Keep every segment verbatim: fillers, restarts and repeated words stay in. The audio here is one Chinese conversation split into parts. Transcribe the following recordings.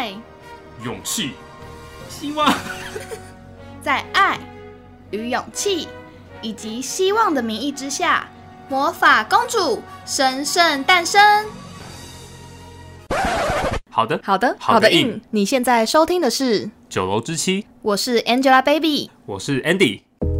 爱、 勇气、希望， 在爱与勇气以及希望的名义之下，魔法公主神圣诞生。 好的， 好的， 好的印。 你现在收听的是九楼之妻， 我是 Angelababy， 我是 Andy。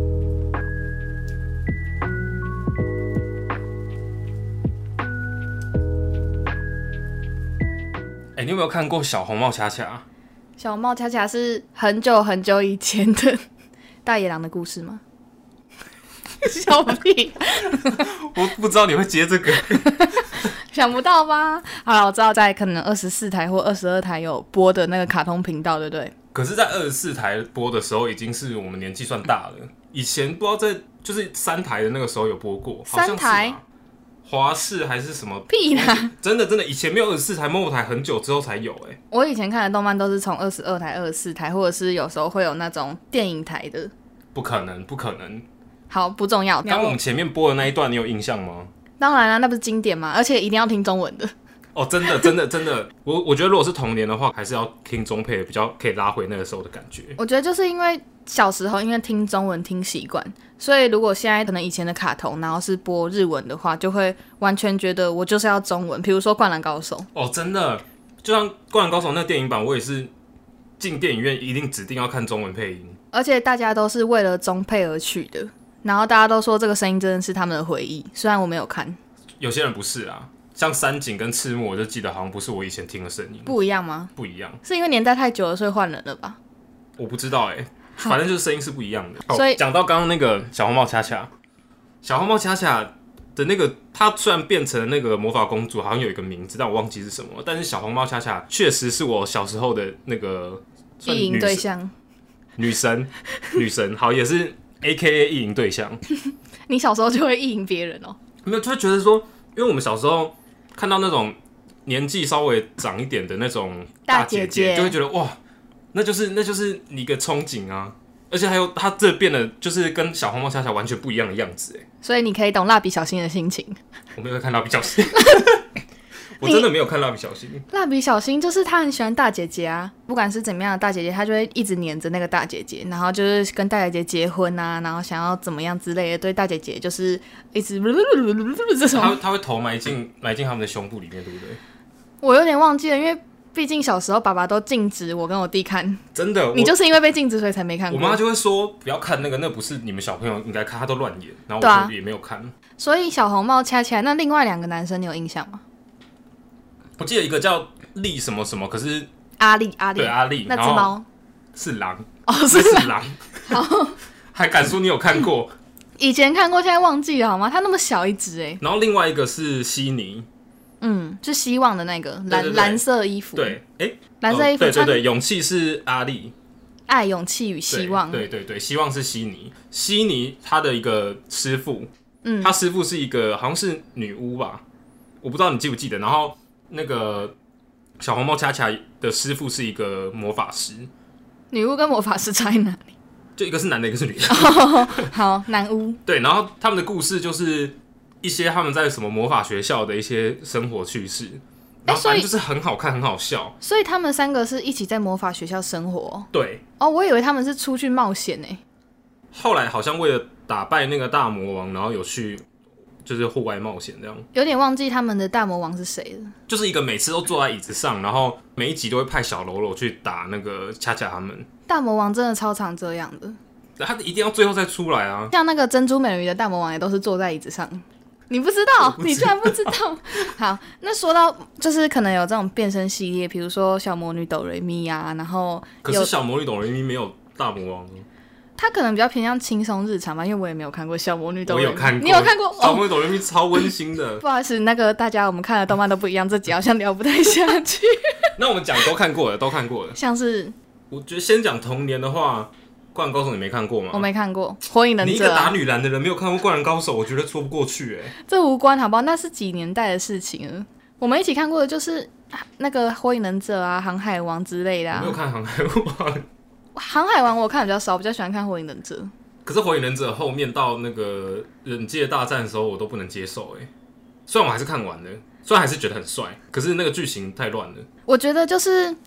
哎、欸，你有没有看过小红帽恰恰？ 小红帽恰恰是很久很久以前的大野狼的故事吗？笑屁！ 我不知道你会接这个， 想不到吧？好了，我知道在可能二十四台或二十二台有播的那个卡通频道，对不对？ 可是，在二十四台播的时候，已经是我们年纪算大了。以前不知道在就是三台的那个时候有播过， 三台。 华视还是什么？ 屁啦！ 真的真的，以前没有二十四台，某某台很久之后才有哎、欸。 我以前看的动漫都是从二十二台、二十四台，或者是有时候会有那种电影台的。 不可能，不可能。 好，不重要。 刚我们前面播的那一段，你有印象吗？ 当然啦，那不是经典吗？而且一定要听中文的。 哦，真的，真的，真的，我我觉得如果是童年的话，还是要听中配的，比较可以拉回那个时候的感觉。 我觉得就是因为小时候因为听中文听习惯，所以如果现在可能以前的卡通，然后是播日文的话，就会完全觉得我就是要中文。比如说《灌篮高手》 哦，真的，就像《灌篮高手》那电影版，我也是进电影院一定指定要看中文配音， 而且大家都是为了中配而去的，然后大家都说这个声音真的是他们的回忆，虽然我没有看。 有些人不是啊。像三井跟赤木，我就记得好像不是我以前听的声音， 不一样吗？ 不一样， 是因为年代太久了，所以换人了吧？ 我不知道哎、欸，反正就是声音是不一样的。 所以讲到刚刚那个小红帽恰恰，小红帽恰恰的那个，她虽然变成了那个魔法公主，好像有一个名字，但我忘记是什么。但是小红帽恰恰确实是我小时候的那个意淫对象， 女神，女神，好，也是 A K A 意淫对象。 你小时候就会意淫别人哦？ 没有，就会觉得说，因为我们小时候。看到那种年纪稍微长一点的那种大姐姐， 大姐姐就会觉得哇，那就是那就是你一个憧憬啊！而且还有她这变得就是跟小红帽恰恰完全不一样的样子哎， 所以你可以懂蜡笔小新的心情。 我没有看蜡笔小新，我真的没有看蜡笔小新。 蜡笔小新就是他很喜欢大姐姐啊，不管是怎么样的大姐姐，他就会一直黏着那个大姐姐，然后就是跟大姐姐结婚啊，然后想要怎么样之类的，对大姐姐就是一直这种。 他他会头埋进埋进他们的胸部里面，对不对？ 我有点忘记了，因为毕竟小时候爸爸都禁止我跟我弟看。 真的， 你就是因为被禁止所以才没看过。 我妈就会说不要看那个，那不是你们小朋友应该看，他都乱演，然后我就也没有看。啊、 所以小红帽恰恰，那另外两个男生你有印象吗？ 我记得一个叫力什么什么，可是阿力阿力对阿力， 那只猫是狼哦， 是狼，还敢说你有看过？ 以前看过，现在忘记了好吗？它那么小一只哎。 然后另外一个是悉尼， 嗯，是希望的那个蓝对对对蓝色衣服， 对，哎、欸， 蓝色衣服， 哦、对对对，勇气是阿力， 爱、勇气与希望， 对对 对, 对，希望是悉尼，悉尼他的一个师傅， 嗯， 他师傅是一个好像是女巫吧，我不知道你记不记得，然后。那个小红帽恰恰的师傅是一个魔法师， 女巫跟魔法师差在哪里？ 就一个是男的，一个是女的。 哦、好，男巫。 对，然后他们的故事就是一些他们在什么魔法学校的一些生活趣事，然后反正就是很好看，很好笑。 所以他们三个是一起在魔法学校生活。 对。 哦，我以为他们是出去冒险呢。 后来好像为了打败那个大魔王，然后有去。就是户外冒险这样， 有点忘记他们的大魔王是谁了。 就是一个每次都坐在椅子上，然后每一集都会派小喽啰去打那个恰恰他们。 大魔王真的超常这样的， 他一定要最后再出来啊！ 像那个珍珠美人鱼的大魔王也都是坐在椅子上，你不知道？ 不知道你居然不知道？好，那说到就是可能有这种变身系列，比如说小魔女哆瑞咪啊，然后可是小魔女哆瑞咪没有大魔王。 他可能比较偏向轻松日常吧，因为我也没有看过小魔女哆瑞咪。 我有看过， 你有看过？ 小魔女哆瑞咪超温馨的。 不好意思，那个大家我们看的动漫都不一样，这集好像聊不太下去。 那我们讲都看过了，都看过了。 像是， 我觉得先讲童年的话，《灌篮高手》你没看过吗？ 我没看过。火影忍者、啊， 你一个打女篮的人没有看过《灌篮高手》，我觉得说不过去哎、欸。 这无关好不好？那是几年代的事情了。我们一起看过的就是那个《火影忍者》啊，《航海王》之类的啊。 我没有看《航海王》。 航海王我看的比较少，比较喜欢看《火影忍者》。 可是《火影忍者》后面到那个忍界大战的时候，我都不能接受哎、欸。虽然我还是看完了，虽然还是觉得很帅，可是那个剧情太乱了。 我觉得就是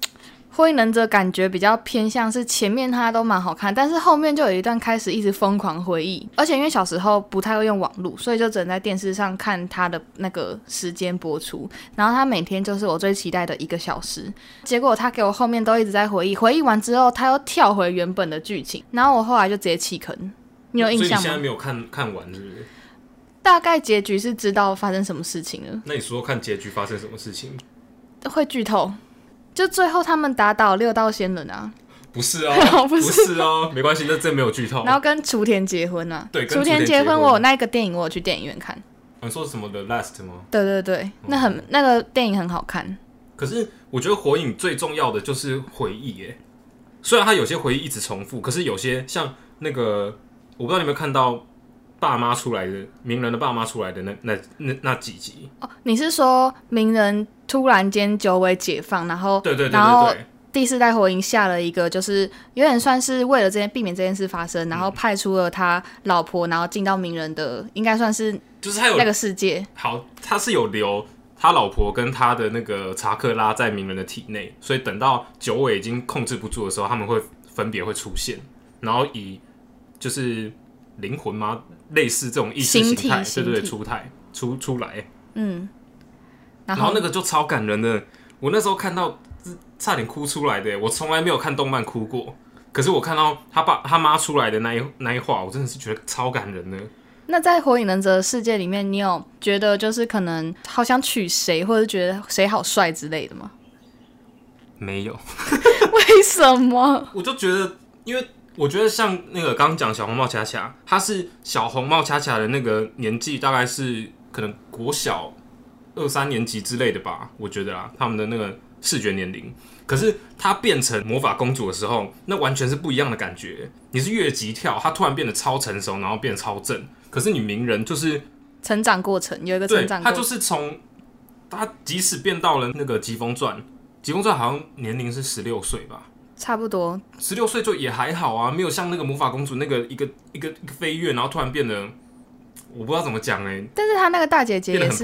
火影忍者感觉比较偏向是前面它都蛮好看，但是后面就有一段开始一直疯狂回忆，而且因为小时候不太会用网络，所以就只能在电视上看它的那个时间播出，然后它每天就是我最期待的一个小时，结果他给我后面都一直在回忆，回忆完之后他又跳回原本的剧情，然后我后来就直接弃坑。你有印象吗？ 所以你现在没有看看完是不是？ 大概结局是知道发生什么事情了。 那你说看结局发生什么事情？ 会剧透。就最后他们打倒六道仙人啊？ 不是哦， 不是, 不是哦，没关系，那真没有剧透。 然后跟雏田结婚啊？ 对， 雏田结婚，我有那个电影我有去电影院看。 哦、你说什么 The Last 吗？ 对对对，那很、嗯、那个电影很好看。 可是我觉得火影最重要的就是回忆耶，虽然它有些回忆一直重复，可是有些像那个，我不知道你有没有看到爸妈出来的鸣人的爸妈出来的那那那那几集哦？你是说鸣人突然间九尾解放，然后对对对对对， 然后第四代火影下了一个，就是有点算是为了这件避免这件事发生，然后派出了他老婆，然后进到鸣人的，应该算是就是他有那个世界。 好，他是有留他老婆跟他的那个查克拉在鸣人的体内，所以等到九尾已经控制不住的时候，他们会分别会出现，然后以就是灵魂吗？类似这种意识形态，对对对，出台出出来， 嗯， 然后, 然后那个就超感人的，我那时候看到差点哭出来的，我从来没有看动漫哭过，可是我看到他爸他妈出来的那一那一话，我真的是觉得超感人的。 那在火影忍者的世界里面，你有觉得就是可能好想娶谁，或者觉得谁好帅之类的吗？ 没有。 为什么？ 我就觉得，因为我觉得像那个刚刚讲小红帽恰恰，他是小红帽恰恰的那个年纪，大概是可能国小二三年级之类的吧，我觉得啦，他们的那个视觉年龄。可是他变成魔法公主的时候，那完全是不一样的感觉。你是越级跳，他突然变得超成熟，然后变得超正。可是你鸣人就是成长过程，有一个成长过程。 对，他就是从他即使变到了那个疾风传，疾风传好像年龄是十六岁吧。 差不多十六岁就也还好啊，没有像那个魔法公主那个一个一个一个飞跃，然后突然变得我不知道怎么讲哎、欸。 但是她那个大姐姐也是，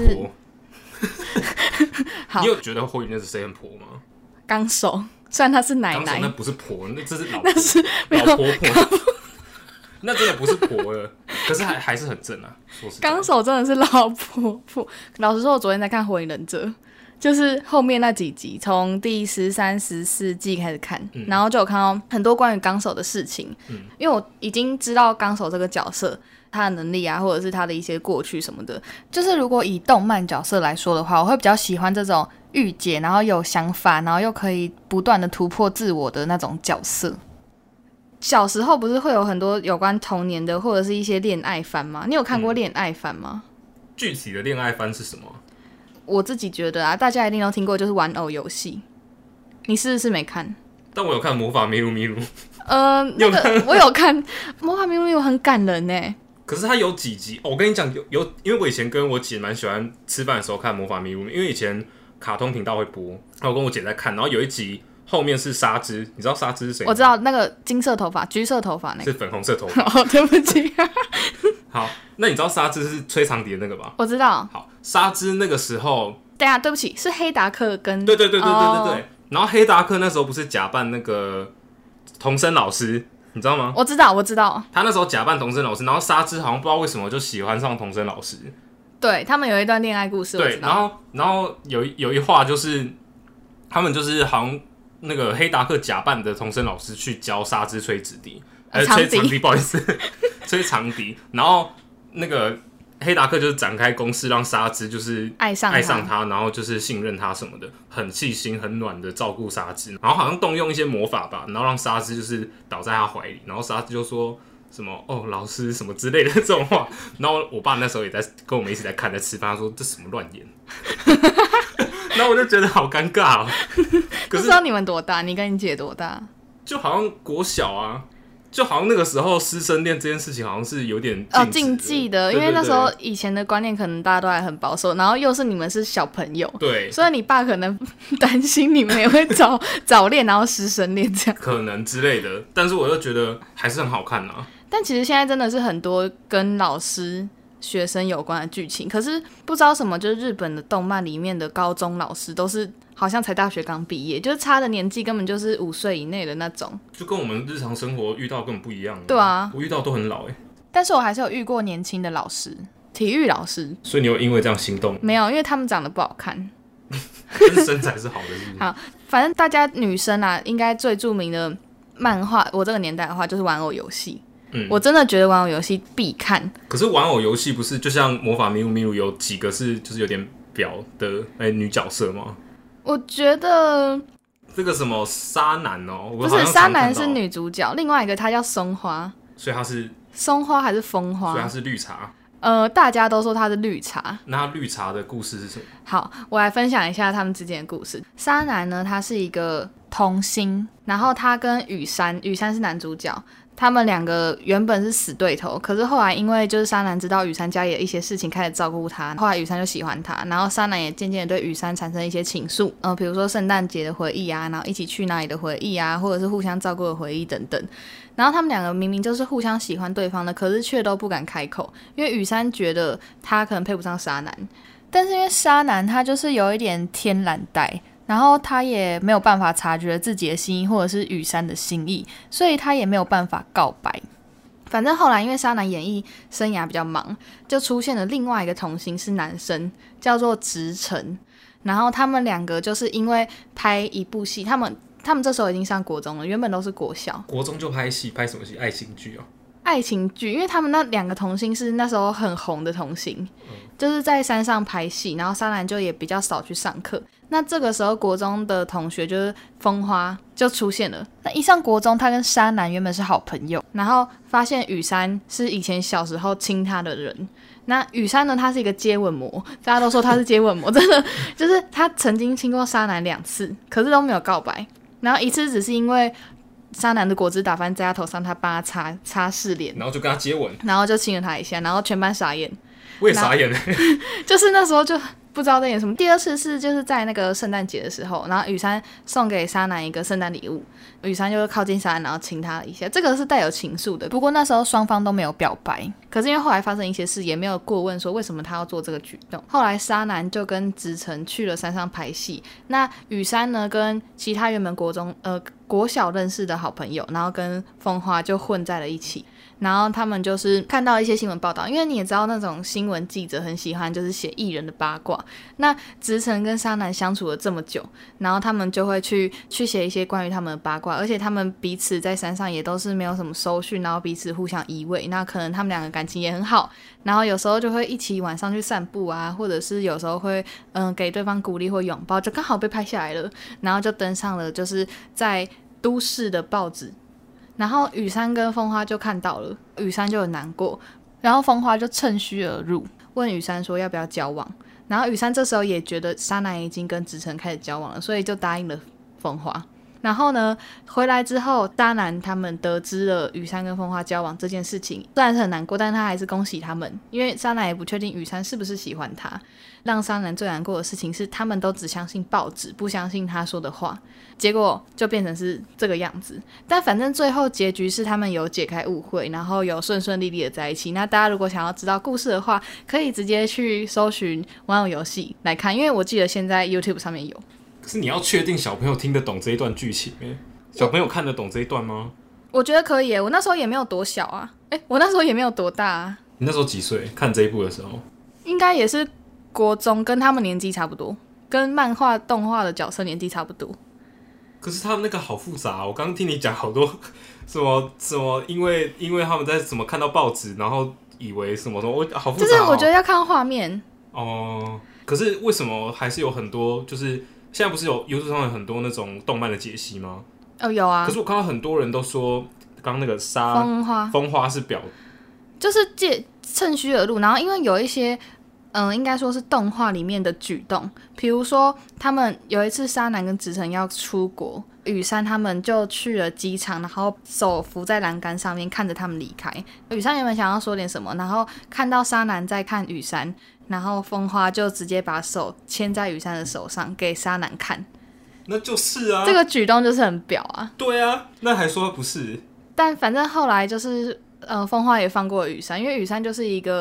你有觉得火影忍者谁很婆吗？ 纲手，虽然她是奶奶， 那不是婆，那这是老婆， 那是老婆婆，那真的不是婆了，可是还还是很正啊。说实在， 纲手真的是老婆婆。老实说，我昨天在看火影忍者。就是后面那几集，从第十三、十四季开始看、嗯，然后就有看到很多关于纲手的事情、嗯。因为我已经知道纲手这个角色，他的能力啊，或者是他的一些过去什么的。就是如果以动漫角色来说的话，我会比较喜欢这种御姐，然后有想法，然后又可以不断的突破自我的那种角色。小时候不是会有很多有关童年的，或者是一些恋爱番吗？你有看过恋爱番吗？ 具体的恋爱番是什么？ 我自己觉得啊，大家一定都听过，就是玩偶游戏。你是不是没看？ 但我有看《魔法咪路咪路》。 呃，那个我有看《魔法咪路咪路》，很感人呢。 可是它有几集、哦、我跟你讲，有有，因为我以前跟我姐蛮喜欢吃饭的时候看《魔法咪路咪》，因为以前卡通频道会播，然后我跟我姐在看，然后有一集后面是纱织，你知道纱织是谁吗？ 我知道，那个金色头发、橘色头发那个， 是粉红色头发。 哦，对不起。 好，那你知道纱织是吹长笛的那个吧？ 我知道。 好，纱织那个时候， 等一下，对不起，是黑达克跟对对对对对对对、哦。然后黑达克那时候不是假扮那个童声老师，你知道吗？ 我知道，我知道。 他那时候假扮童声老师，然后纱织好像不知道为什么就喜欢上童声老师。 对他们有一段恋爱故事， 对，然后然后有有一话就是他们就是好像那个黑达克假扮的童声老师去教纱织吹直笛。呃，吹长笛，不好意思，吹长笛。然后那个黑达克就是展开攻势，让纱织就是爱上爱上他，然后就是信任他什么的，很细心、很暖的照顾纱织。然后好像动用一些魔法吧，然后让纱织就是倒在他怀里。然后纱织就说什么“哦，老师”什么之类的这种话。然后我爸那时候也在跟我们一起在看，在吃饭，他说这什么乱演。然后我就觉得好尴尬哦。 可是不知道你们多大？你跟你姐多大？ 就好像国小啊。就好像那个时候师生恋这件事情好像是有点哦禁忌的， 对对对， 因为那时候以前的观念可能大家都还很保守，然后又是你们是小朋友， 对， 所以你爸可能担心你们也会早早恋，然后师生恋这样， 可能之类的。但是我又觉得还是很好看啊。 但其实现在真的是很多跟老师学生有关的剧情。可是不知道什么，就是日本的动漫里面的高中老师都是好像才大学刚毕业，就是差的年纪根本就是五岁以内的那种， 就跟我们日常生活遇到根本不一样。 对啊， 我遇到都很老哎。 但是我还是有遇过年轻的老师，体育老师。 所以你有因为这样心动？ 没有，因为他们长得不好看。 但是身材是好的是不是？ 好，反正大家女生啊，应该最著名的漫画，我这个年代的话就是玩偶游戏。嗯，我真的觉得玩偶游戏必看。 可是玩偶游戏不是就像魔法咪路咪路有几个是就是有点婊的哎、欸、女角色吗？ 我觉得这个什么沙男哦、喔， 不是沙男是女主角，另外一个她叫松花， 所以她是松花还是风花？ 所以她是绿茶。 呃，大家都说她是绿茶。 那绿茶的故事是什么？ 好，我来分享一下他们之间的故事。沙男呢，他是一个童星，然后他跟羽山，羽山是男主角。他们两个原本是死对头，可是后来因为就是沙男知道羽山家里的一些事情，开始照顾他，后来羽山就喜欢他，然后沙男也渐渐的对羽山产生一些情愫，呃，比如说圣诞节的回忆啊，然后一起去哪里的回忆啊，或者是互相照顾的回忆等等。然后他们两个明明就是互相喜欢对方的，可是却都不敢开口，因为羽山觉得他可能配不上沙男，但是因为沙男他就是有一点天然呆。然后他也没有办法察觉自己的心意或者是羽山的心意，所以他也没有办法告白。反正后来因为沙男演艺生涯比较忙，就出现了另外一个童星是男生，叫做直城。然后他们两个就是因为拍一部戏，他们他们这时候已经上国中了，原本都是国小。 国中就拍戏，拍什么戏？爱情剧啊？ 爱情剧，因为他们那两个童星是那时候很红的童星，嗯、就是在山上拍戏，然后沙男就也比较少去上课。那这个时候国中的同学就是风花就出现了。那一上国中，他跟沙男原本是好朋友，然后发现羽山是以前小时候亲他的人。那羽山呢，他是一个接吻魔，大家都说他是接吻魔，真的就是他曾经亲过沙男两次，可是都没有告白。然后一次只是因为沙男的果汁打翻在他头上，他帮他擦擦拭脸， 然后就跟他接吻， 然后就亲了他一下，然后全班傻眼。 我也傻眼了， 就是那时候就不知道在演什么。第二次是就是在那个圣诞节的时候，然后羽山送给沙男一个圣诞礼物，羽山就靠近沙男，然后亲他了一下，这个是带有情愫的。不过那时候双方都没有表白，可是因为后来发生一些事，也没有过问说为什么他要做这个举动。后来沙男就跟直城去了山上拍戏，那羽山呢跟其他原本国中呃国小认识的好朋友，然后跟风花就混在了一起。然后他们就是看到一些新闻报道，因为你也知道那种新闻记者很喜欢就是写艺人的八卦，那直城跟沙男相处了这么久，然后他们就会去去写一些关于他们的八卦，而且他们彼此在山上也都是没有什么收讯，然后彼此互相依偎，那可能他们两个感情也很好，然后有时候就会一起晚上去散步啊，或者是有时候会嗯给对方鼓励或拥抱，就刚好被拍下来了，然后就登上了就是在都市的报纸。然后羽山跟风花就看到了，羽山就很难过，然后风花就趁虚而入，问羽山说要不要交往。然后羽山这时候也觉得沙男已经跟直城开始交往了，所以就答应了风花。然后呢，回来之后，沙男他们得知了羽山跟风花交往这件事情，虽然是很难过，但他还是恭喜他们，因为沙男也不确定羽山是不是喜欢他。让沙男最难过的事情是，他们都只相信报纸，不相信他说的话，结果就变成是这个样子。但反正最后结局是他们有解开误会，然后有顺顺利利的在一起。那大家如果想要知道故事的话，可以直接去搜寻玩偶游戏来看，因为我记得现在 YouTube 上面有。 可是你要确定小朋友听得懂这一段剧情耶？小朋友看得懂这一段吗？ 我觉得可以耶，我那时候也没有多小啊，哎，我那时候也没有多大啊。 你那时候几岁看这一部的时候？ 应该也是国中，跟他们年纪差不多，跟漫画动画的角色年纪差不多。 可是他们那个好复杂、哦，我刚刚听你讲好多什么什么，因为因为他们在什么看到报纸，然后以为什么什么，我好复杂、哦。 就是我觉得要看画面哦、呃。可是为什么还是有很多？就是现在不是有 YouTube 上有很多那种动漫的解析吗？ 哦，有啊。 可是我看到很多人都说，刚刚那个沙风花风花是表， 就是借趁虚而入，然后因为有一些。嗯，应该说是动画里面的举动，比如说他们有一次沙男跟直城要出国，羽山他们就去了机场，然后手扶在栏杆上面看着他们离开。羽山原本想要说点什么，然后看到沙男在看羽山，然后风花就直接把手牵在羽山的手上给沙男看。 那就是啊， 这个举动就是很表啊。 对啊，那还说不是？ 但反正后来就是呃，风花也放过羽山，因为羽山就是一个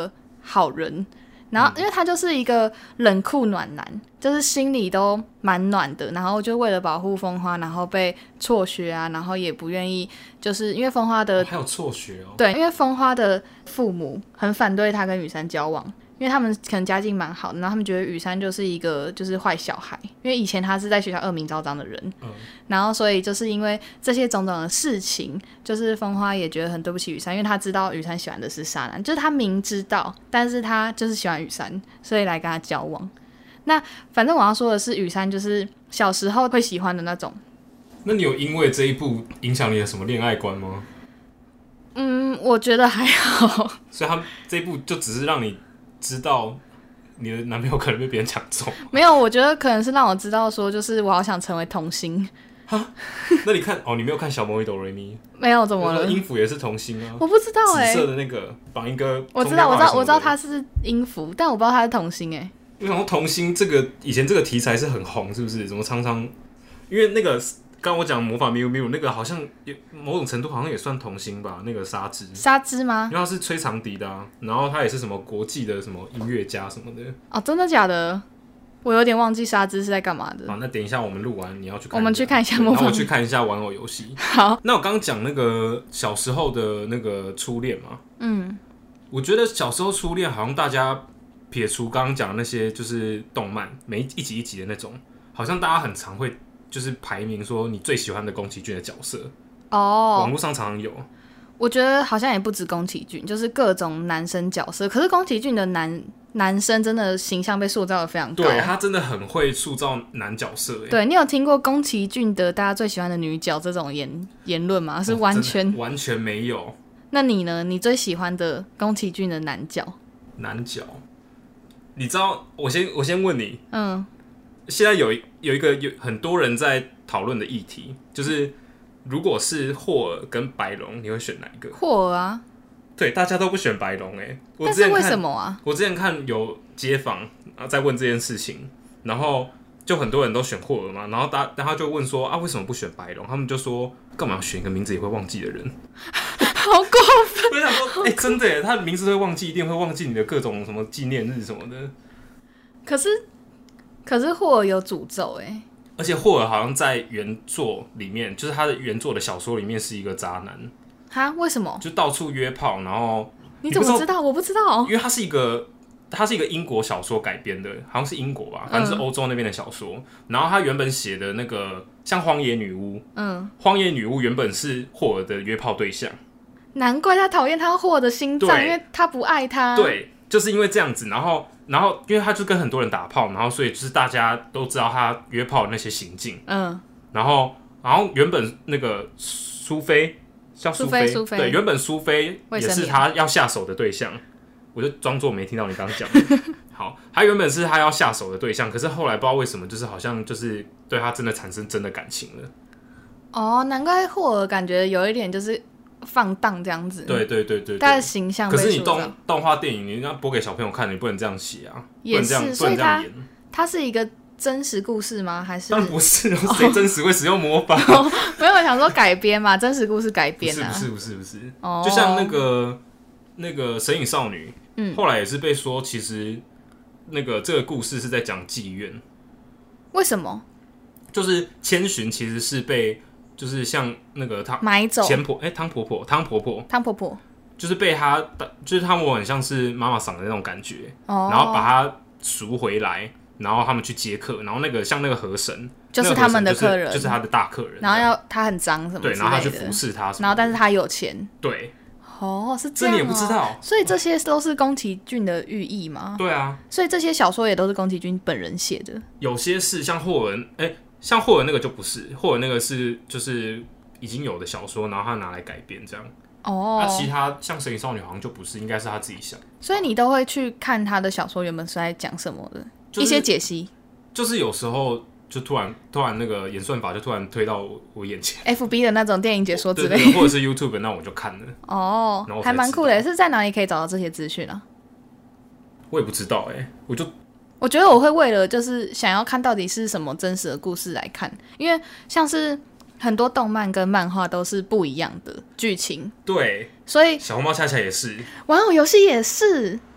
好人。然后，因为他就是一个冷酷暖男，就是心里都蛮暖的，然后就为了保护风花，然后被辍学啊，然后也不愿意，就是因为风花的、 哦、还有辍学哦， 对，因为风花的父母很反对他跟羽山交往，因为他们可能家境蛮好的，然后他们觉得羽山就是一个就是坏小孩，因为以前他是在学校恶名昭彰的人，嗯，然后所以就是因为这些种种的事情，就是风花也觉得很对不起羽山，因为他知道羽山喜欢的是沙男，就是他明知道，但是他就是喜欢羽山，所以来跟他交往。那反正我要说的是，羽山就是小时候会喜欢的那种。 那你有因为这一部影响你的什么恋爱观吗？ 嗯，我觉得还好。 所以他这一部就只是让你知道你的男朋友可能被别人抢走。 没有，我觉得可能是让我知道说，就是我好想成为童星。 哈？那你看哦，你没有看小魔女哆瑞咪？ 没有，怎么了？ 音符也是童星啊。 我不知道哎、欸。 紫色的那个绑一个， 我知道，我知道，我知道他是音符，但我不知道他是童星哎、欸。 我想说童星这个以前这个题材是很红，是不是？怎么常常因为那个刚刚我讲魔法咪咪那个好像某种程度好像也算童星吧？那个沙织沙织吗？ 因为他是吹长笛的啊，然后他也是什么国际的什么音乐家什么的。 哦，真的假的？我有点忘记沙织是在干嘛的。 好，那等一下我们录完，你要去看一下， 我们去看一下魔法， 然后我去看一下玩偶游戏。 好， 那我刚刚讲那个小时候的那个初恋嘛， 嗯， 我觉得小时候初恋好像大家撇除刚刚讲的那些就是动漫，每一集一集的那种，好像大家很常会就是排名说你最喜欢的宫崎骏的角色。 哦， 网络上常常有。 我觉得好像也不止宫崎骏，就是各种男生角色。可是宫崎骏的男男生真的形象被塑造的非常高， 对，他真的很会塑造男角色。 对，你有听过宫崎骏的大家最喜欢的女角这种言言论吗？是完全、 哦、完全没有。 那你呢？你最喜欢的宫崎骏的男角？ 男角，你知道？我先我先问你， 嗯， 现在有有一个有很多人在讨论的议题，就是如果是霍尔跟白龙，你会选哪一个？ 霍尔啊。 对，大家都不选白龙哎、欸， 但是为什么啊？ 我之前看有街访在问这件事情，然后就很多人都选霍尔嘛，然后大然后就问说啊，为什么不选白龙？他们就说干嘛选一个名字也会忘记的人？ 好过分！ 我想说，哎、欸，真的耶，他的名字会忘记，一定会忘记你的各种什么纪念日什么的。 可是，可是霍尔有诅咒哎、欸， 而且霍尔好像在原作里面，就是他的原作的小说里面是一个渣男。 哈？为什么？ 就到处约炮，然后你怎么知道？我不知道， 因为它是一个，它是一个英国小说改编的，好像是英国吧，反正是欧洲那边的小说。嗯、然后他原本写的那个像荒野女巫，嗯，荒野女巫原本是霍尔的约炮对象， 难怪他讨厌他霍尔的心脏，因为他不爱他。 对，就是因为这样子，然后，然后因为他就跟很多人打炮，然后所以就是大家都知道他约炮的那些行径，嗯，然后，然后原本那个苏菲。像苏菲，对，原本苏菲也是他要下手的对象，我就装作没听到你刚刚讲的。好，他原本是他要下手的对象，可是后来不知道为什么，就是好像就是对他真的产生真的感情了。 哦，难怪霍尔感觉有一点就是放荡这样子。 对对对 对, 對， 他的形象被塑造。 可是你动动画电影，你要播给小朋友看，你不能这样写啊， 也是， 不能这样， 所以他演。 他是一个真实故事吗？还是？ 当然不是，谁真实会使用魔法？ 哦、没有，我想说改编嘛，真实故事改编啊。 不是不是不是不是， 哦、 就像那个那个神隐少女，嗯，后来也是被说，其实那个这个故事是在讲妓院。 为什么？ 就是千寻其实是被，就是像那个汤买走前婆，哎、欸，汤婆婆，汤婆婆， 汤婆婆， 就是被他，就是他们很像是妈妈桑的那种感觉， 哦、 然后把他赎回来。然后他们去接客，然后那个像那个河神， 就是他们的客人， 就是、就是他的大客人。 然后要他很脏什么之类的， 对，然后他去服侍他什么， 然后但是他有钱。 对， 哦，是这样、哦， 这你也不知道。 所以这些都是宫崎骏的寓意吗？ 对啊， 所以这些小说也都是宫崎骏本人写的。 有些是像霍尔，哎、欸，像霍尔那个就不是，霍尔那个是就是已经有的小说，然后他拿来改编这样。 哦， 那、啊、其他像《神隐少女》好像就不是，应该是他自己想。 所以你都会去看他的小说原本是在讲什么的、就是、一些解析。 就是有时候就突然突然那个演算法就突然推到 我, 我眼前 ，F B 的那种电影解说之类的， 对对对，或者是 YouTube， 那我就看了。 哦，还蛮酷的，是在哪里可以找到这些资讯啊？ 我也不知道哎、欸，我就我觉得我会为了就是想要看到底是什么真实的故事来看，因为像是很多动漫跟漫画都是不一样的剧情， 对， 所以小红帽恰恰也是， 玩偶游戏也是。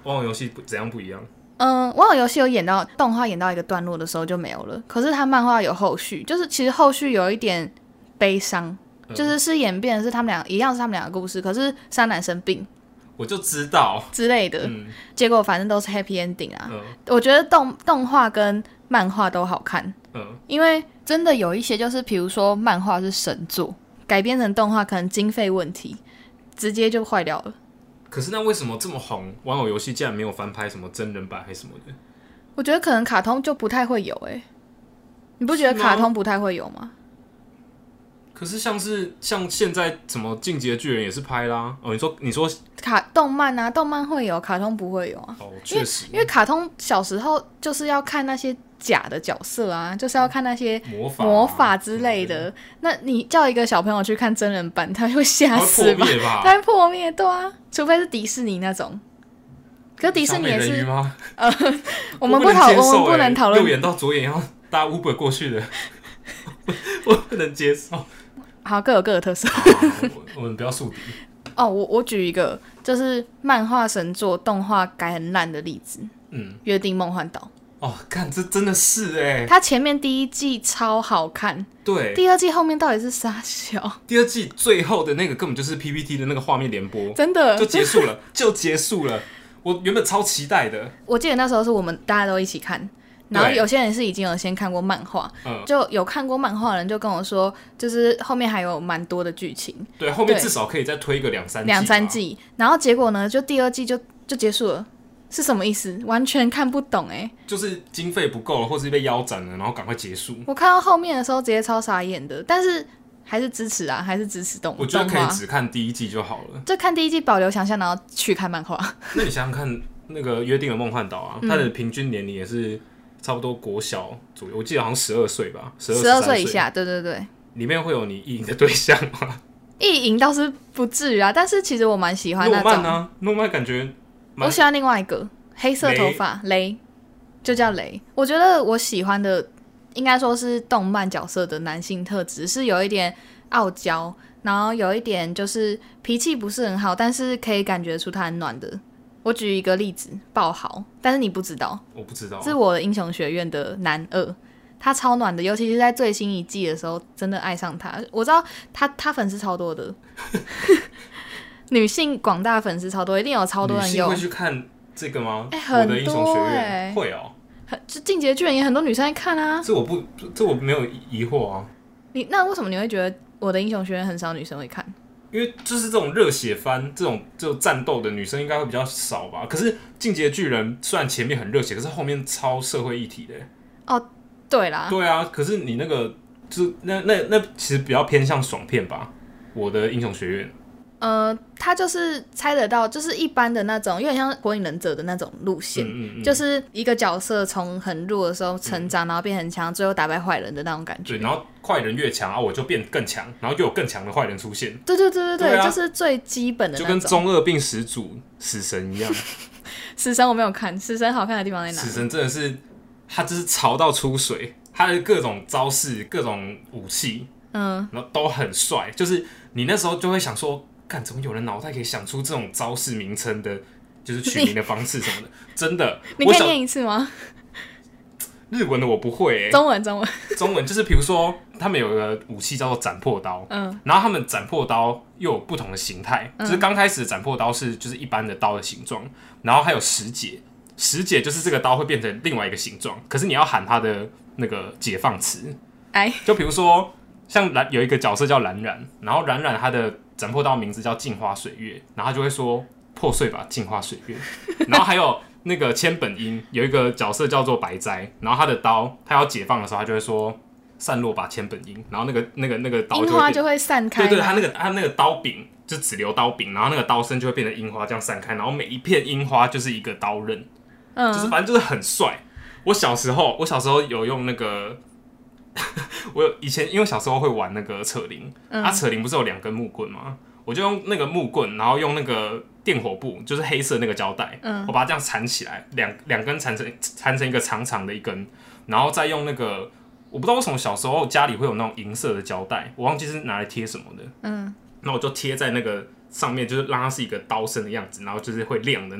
网友游戏怎样不一样？ 嗯，网友游戏有演到动画演到一个段落的时候就没有了，可是它漫画有后续，就是其实后续有一点悲伤，嗯、就是是演变的是他们俩一样是他们两个故事，可是山南生病。 我就知道之类的、嗯，结果反正都是 happy ending 啊。 嗯、 我觉得动动画跟漫画都好看， 嗯， 因为真的有一些就是，比如说漫画是神作，改编成动画可能经费问题，直接就坏掉了。 可是那为什么这么红？玩偶游戏竟然没有翻拍什么真人版还是什么的？ 我觉得可能卡通就不太会有哎、欸，你不觉得卡通不太会有吗？ 可是像是像现在什么进击的巨人也是拍啦，哦，你说你说卡动漫啊，动漫会有，卡通不会有啊。 哦，确实， 因为卡通小时候就是要看那些假的角色啊，就是要看那些魔法、啊、 魔法之类的。那你叫一个小朋友去看真人版，他会吓死吧？他会破灭，对啊，除非是迪士尼那种。可是迪士尼也是吗？ 呃，我们不讨，我们不能讨论右眼到左眼要搭 Uber 过去的，我不能接受。 好，各有各的特色。 我, 我们不要树敌。 哦，我我举一个，就是漫画神作动画改很烂的例子。嗯，约定梦幻岛。 哦，看这真的是哎， 它前面第一季超好看， 对， 第二季后面到底是啥小？ 第二季最后的那个根本就是 P P T 的那个画面联播， 真的就结束了，就结束了。我原本超期待的， 我记得那时候是我们大家都一起看。然后有些人是已经有先看过漫画，就有看过漫画的人就跟我说，就是后面还有蛮多的剧情， 对，后面至少可以再推个两三季， 两三季。然后结果呢，就第二季就就结束了，是什么意思？完全看不懂哎、欸， 就是经费不够了，或是被腰斩了，然后赶快结束。 我看到后面的时候直接超傻眼的，但是还是支持啊，还是支持动画。 我觉得可以只看第一季就好了， 就看第一季保留想象，然后去看漫画。 那你想想看，那个约定的梦幻岛啊，它的平均年龄也是。差不多国小左右，我记得好像十二岁吧，十二岁以下，对对对。 里面会有你意淫的对象吗？ 意淫倒是不至于啊，但是其实我蛮喜欢那种。 诺曼啊，诺曼感觉我喜欢另外一个黑色头发雷，就叫雷。我觉得我喜欢的应该说是动漫角色的男性特质，是有一点傲娇，然后有一点就是脾气不是很好，但是可以感觉出他很暖的。我举一个例子，爆豪，但是你不知道， 我不知道， 是我的英雄学院的男二，他超暖的，尤其是在最新一季的时候，真的爱上他。我知道他他粉丝超多的，女性广大粉丝超多，一定有超多人有。 女性会去看这个吗？ 欸、很多、欸、 我的英雄学院会哦、 喔，就进阶巨人也很多女生在看啊。 这我不，这我没有疑惑啊。 你那为什么你会觉得我的英雄学院很少女生会看？ 因为就是这种热血番，这种这种战斗的女生应该会比较少吧。可是《进击的巨人》虽然前面很热血，可是后面超社会议题的。 哦，对啦， 对啊。可是你那个就是那那那其实比较偏向爽片吧。我的英雄学院， 呃，他就是猜得到，就是一般的那种，有点像火影忍者的那种路线，嗯嗯嗯，就是一个角色从很弱的时候成长，嗯、然后变很强，最后打败坏人的那种感觉。 对，然后坏人越强啊，我就变更强，然后又有更强的坏人出现。 对对对对 对, 对、啊， 就是最基本的那种， 就跟中二病始祖死神一样。 死神我没有看，死神好看的地方在哪？ 死神真的是，他就是潮到出水，他的各种招式、各种武器，嗯，然后都很帅，就是你那时候就会想说。干，怎么有人脑袋可以想出这种招式名称的，就是取名的方式什么的？真的， 你可以念一次吗？ 日文的我不会、欸， 中文中文中文就是比如说，他们有一个武器叫做斩破刀，嗯，然后他们斩破刀又有不同的形态，嗯、就是刚开始的斩破刀是就是一般的刀的形状，然后还有十解，十解就是这个刀会变成另外一个形状，可是你要喊它的那个解放词，哎，就比如说像蓝有一个角色叫蓝染，然后蓝染它的斩破刀名字叫镜花水月，然后他就会说破碎吧镜花水月，然后还有那个千本樱有一个角色叫做白斋，然后他的刀他要解放的时候，他就会说散落吧千本樱，然后那个那个那个刀樱花就会散开， 对对，他那个他那个刀柄就只留刀柄，然后那个刀身就会变成樱花这样散开，然后每一片樱花就是一个刀刃，嗯，就是反正就是很帅。我小时候我小时候有用那个。我有以前因为小时候会玩那个扯铃，嗯、啊扯铃不是有两根木棍吗？我就用那个木棍，然后用那个电火布，就是黑色那个胶带，嗯、我把它这样缠起来，两两根缠成缠成一个长长的一根，然后再用那个我不知道为什么小时候家里会有那种银色的胶带，我忘记是拿来贴什么的，嗯，那我就贴在那个上面，就是让它是一个刀身的样子，然后就是会亮的那种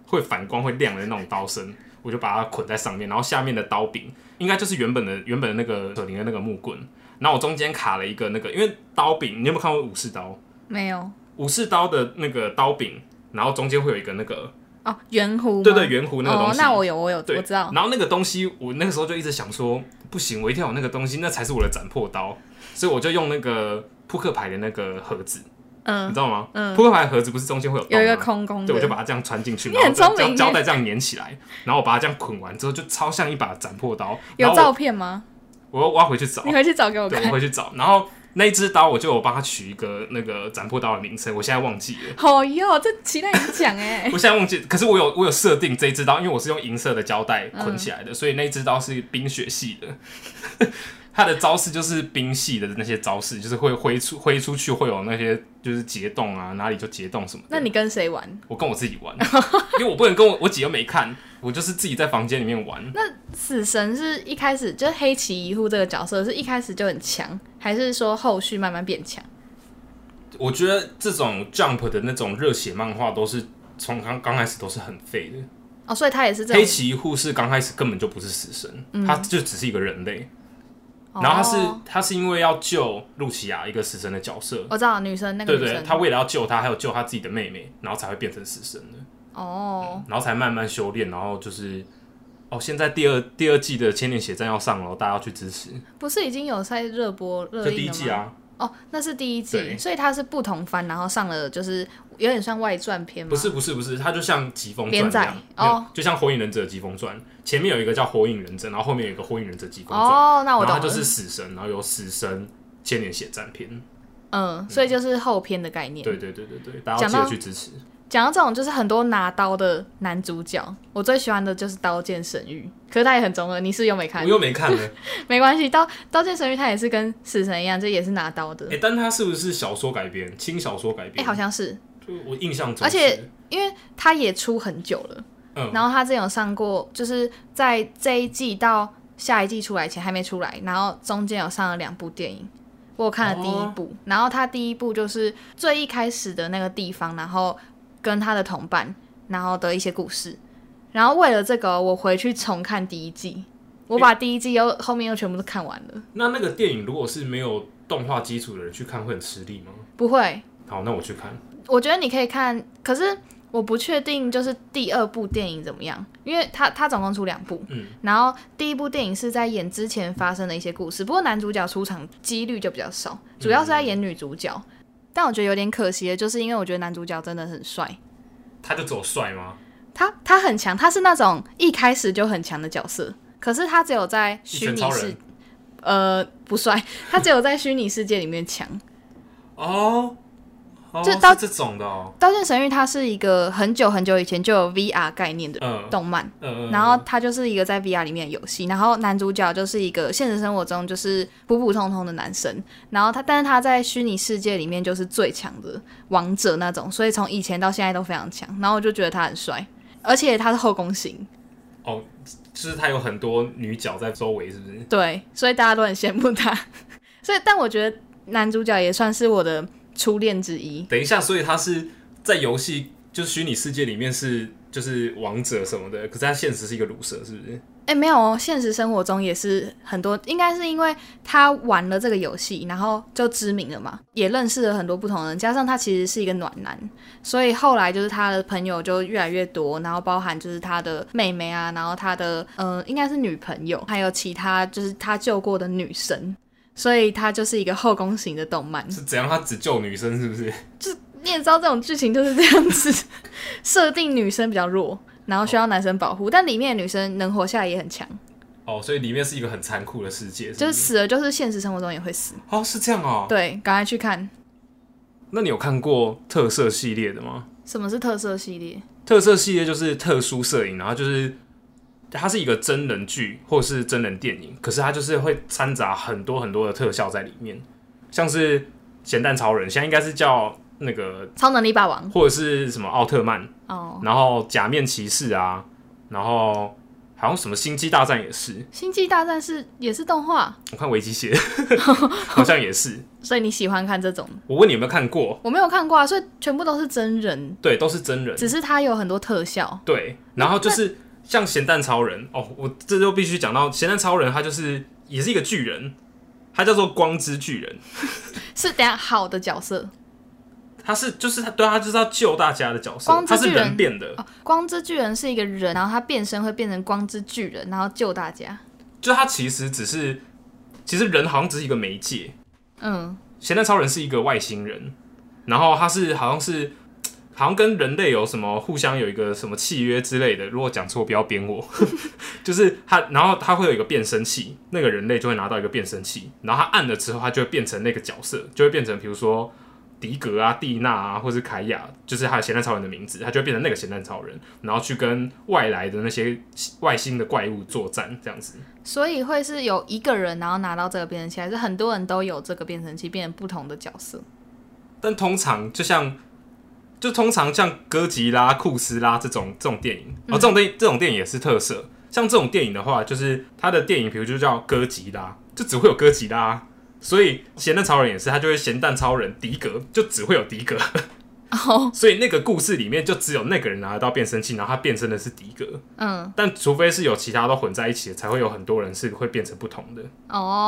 会反光会亮的那种刀身，我就把它捆在上面，然后下面的刀柄应该就是原本的原本的那个可林的那个木棍，然后我中间卡了一个那个，因为刀柄，你有没有看过武士刀？ 没有。 武士刀的那个刀柄，然后中间会有一个那个哦圆弧， 对对圆弧那个东西。 哦，那我有我有我知道。 然后那个东西，我那个时候就一直想说，不行，我一定要有那个东西，那才是我的斩破刀。所以我就用那个扑克牌的那个盒子。嗯，你知道吗？嗯，扑克牌的盒子不是中间会有洞吗？ 有一个空空的， 对，我就把它这样穿进去， 你很聪明， 胶带这样粘起来，然后我把它这样捆完之后，就超像一把斩破刀。 有照片吗？ 我我要回去找， 你回去找给我看。 对，我回去找。然后那一支刀，我就有帮它取一个那个斩破刀的名称，我现在忘记了。 好哟，这期待你讲哎。 我现在忘记，可是我有我有设定这一支刀，因为我是用银色的胶带捆起来的，嗯、所以那一支刀是冰雪系的。他的招式就是冰系的那些招式，就是会挥出挥出去会有那些就是结冻啊，哪里就结冻什么的。 那你跟谁玩？ 我跟我自己玩，因为我不能跟我我姐又没看，我就是自己在房间里面玩。 那死神是一开始就是黑崎一护这个角色是一开始就很强，还是说后续慢慢变强？ 我觉得这种 Jump 的那种热血漫画都是从刚刚开始都是很废的哦，所以他也是这种。 黑崎一护是刚开始根本就不是死神，嗯、他就只是一个人类。然后他是、哦、他是因为要救露琪亚一个死神的角色， 我知道女生那个女生， 对对，他为了要救他，还有救他自己的妹妹，然后才会变成死神的。哦、嗯，然后才慢慢修炼，然后就是哦，现在第二第二季的千年血战要上了，大家要去支持。 不是已经有在热播热映了吗？ 就第一季啊。 哦，那是第一季，所以它是不同番，然后上了就是有点像外传片吗？ 不是不是不是，它就像疾风传这样，哦，就像火影忍者疾风传，前面有一个叫火影忍者，然后后面有一个火影忍者疾风传， 哦，那我懂了， 然后它就是死神，然后有死神千年血战篇， 嗯，所以就是后篇的概念。 对对对对对，大家要记得去支持。 讲到这种就是很多拿刀的男主角，我最喜欢的就是《刀剑神域》，可是他也很中二。你是又没看？ 我又没看呢。 没关系，《刀刀剑神域》他也是跟死神一样，这也是拿刀的。 哎、欸，但他是不是小说改编？轻小说改编？ 哎、欸，好像是。 就我印象中， 而且因为他也出很久了，嗯，然后他之前有上过，就是在这一季到下一季出来前还没出来，然后中间有上了两部电影。我有看了第一部，哦、然后他第一部就是最一开始的那个地方，然后跟他的同伴，然后的一些故事，然后为了这个，我回去重看第一季，我把第一季又后面又全部都看完了。 那那个电影如果是没有动画基础的人去看，会很吃力吗？ 不会。 好，那我去看。 我觉得你可以看，可是我不确定就是第二部电影怎么样，因为他他总共出两部，嗯，然后第一部电影是在演之前发生的一些故事，不过男主角出场几率就比较少，主要是在演女主角。嗯，但我觉得有点可惜的，就是因为我觉得男主角真的很帅。 他就只有帅吗？ 他他很强，他是那种一开始就很强的角色，可是他只有在虚拟世，呃，不帅，他只有在虚拟世界里面强。 哦。 就刀这种的哦， 《刀剑神域》它是一个很久很久以前就有 V R 概念的动漫，嗯嗯、然后它就是一个在 V R 里面的游戏，然后男主角就是一个现实生活中就是普普通通的男生，然后他但是他在虚拟世界里面就是最强的王者那种，所以从以前到现在都非常强，然后我就觉得他很帅，而且他是后宫型。 哦，就是他有很多女角在周围，是不是？ 对，所以大家都很羡慕他。所以，但我觉得男主角也算是我的初恋之一。 等一下，所以他是在游戏就是虚拟世界里面是就是王者什么的，可是他现实是一个鲁蛇，是不是？ 哎、欸，没有哦，现实生活中也是很多，应该是因为他玩了这个游戏，然后就知名了嘛，也认识了很多不同的人，加上他其实是一个暖男，所以后来就是他的朋友就越来越多，然后包含就是他的妹妹啊，然后他的呃应该是女朋友，还有其他就是他救过的女生。所以它就是一个后宫型的动漫。 是怎样？他只救女生是不是？ 就你也知道这种剧情就是这样子，设定女生比较弱，然后需要男生保护，哦、但里面的女生能活下来也很强。 哦，所以里面是一个很残酷的世界是不是， 就是死了，就是现实生活中也会死。 哦，是这样哦。 对，赶快去看。 那你有看过特摄系列的吗？ 什么是特摄系列？ 特摄系列就是特殊摄影，然后就是。它是一个真人剧或是真人电影，可是它就是会掺杂很多很多的特效在里面，像是咸蛋超人，现在应该是叫那个超能力霸王， 或者是什么奥特曼哦，然后假面骑士啊，然后好像什么星际大战也是， 星际大战是也是动画， 我看维基写好像也是。 所以你喜欢看这种？ 我问你有没有看过？ 我没有看过啊，所以全部都是真人。 对，都是真人， 只是它有很多特效。 对，然后就是像咸蛋超人哦，我这就必须讲到咸蛋超人，他就是也是一个巨人，他叫做光之巨人， 是等一下好的角色。 他是就是他对他就是要救大家的角色，他是人变的、 哦。光之巨人是一个人，然后他变身会变成光之巨人，然后救大家。 就他其实只是，其实人好像只是一个媒介。嗯，咸蛋超人是一个外星人，然后他是好像是好像跟人类有什么互相有一个什么契约之类的。如果讲错不要编我，就是他，然后他会有一个变声器，那个人类就会拿到一个变声器，然后他按了之后，他就会变成那个角色，就会变成比如说。迪格啊、蒂娜啊，或是凯亚，就是他的咸蛋超人的名字，他就会变成那个咸蛋超人，然后去跟外来的那些外星的怪物作战，这样子。 所以会是有一个人，然后拿到这个变声器，还是很多人都有这个变声器，变成不同的角色？ 但通常就像，就通常像哥吉拉、库斯拉这种这种电影，哦，这种电影这种电影也是特色。像这种电影的话，就是他的电影，比如就叫哥吉拉，就只会有哥吉拉。所以咸蛋超人也是，他就会咸蛋超人迪格，就只会有迪格。Oh. 所以那个故事里面就只有那个人拿得到变声器，然后他变身的是迪格。嗯，但除非是有其他都混在一起的，才会有很多人是会变成不同的。哦、oh. ，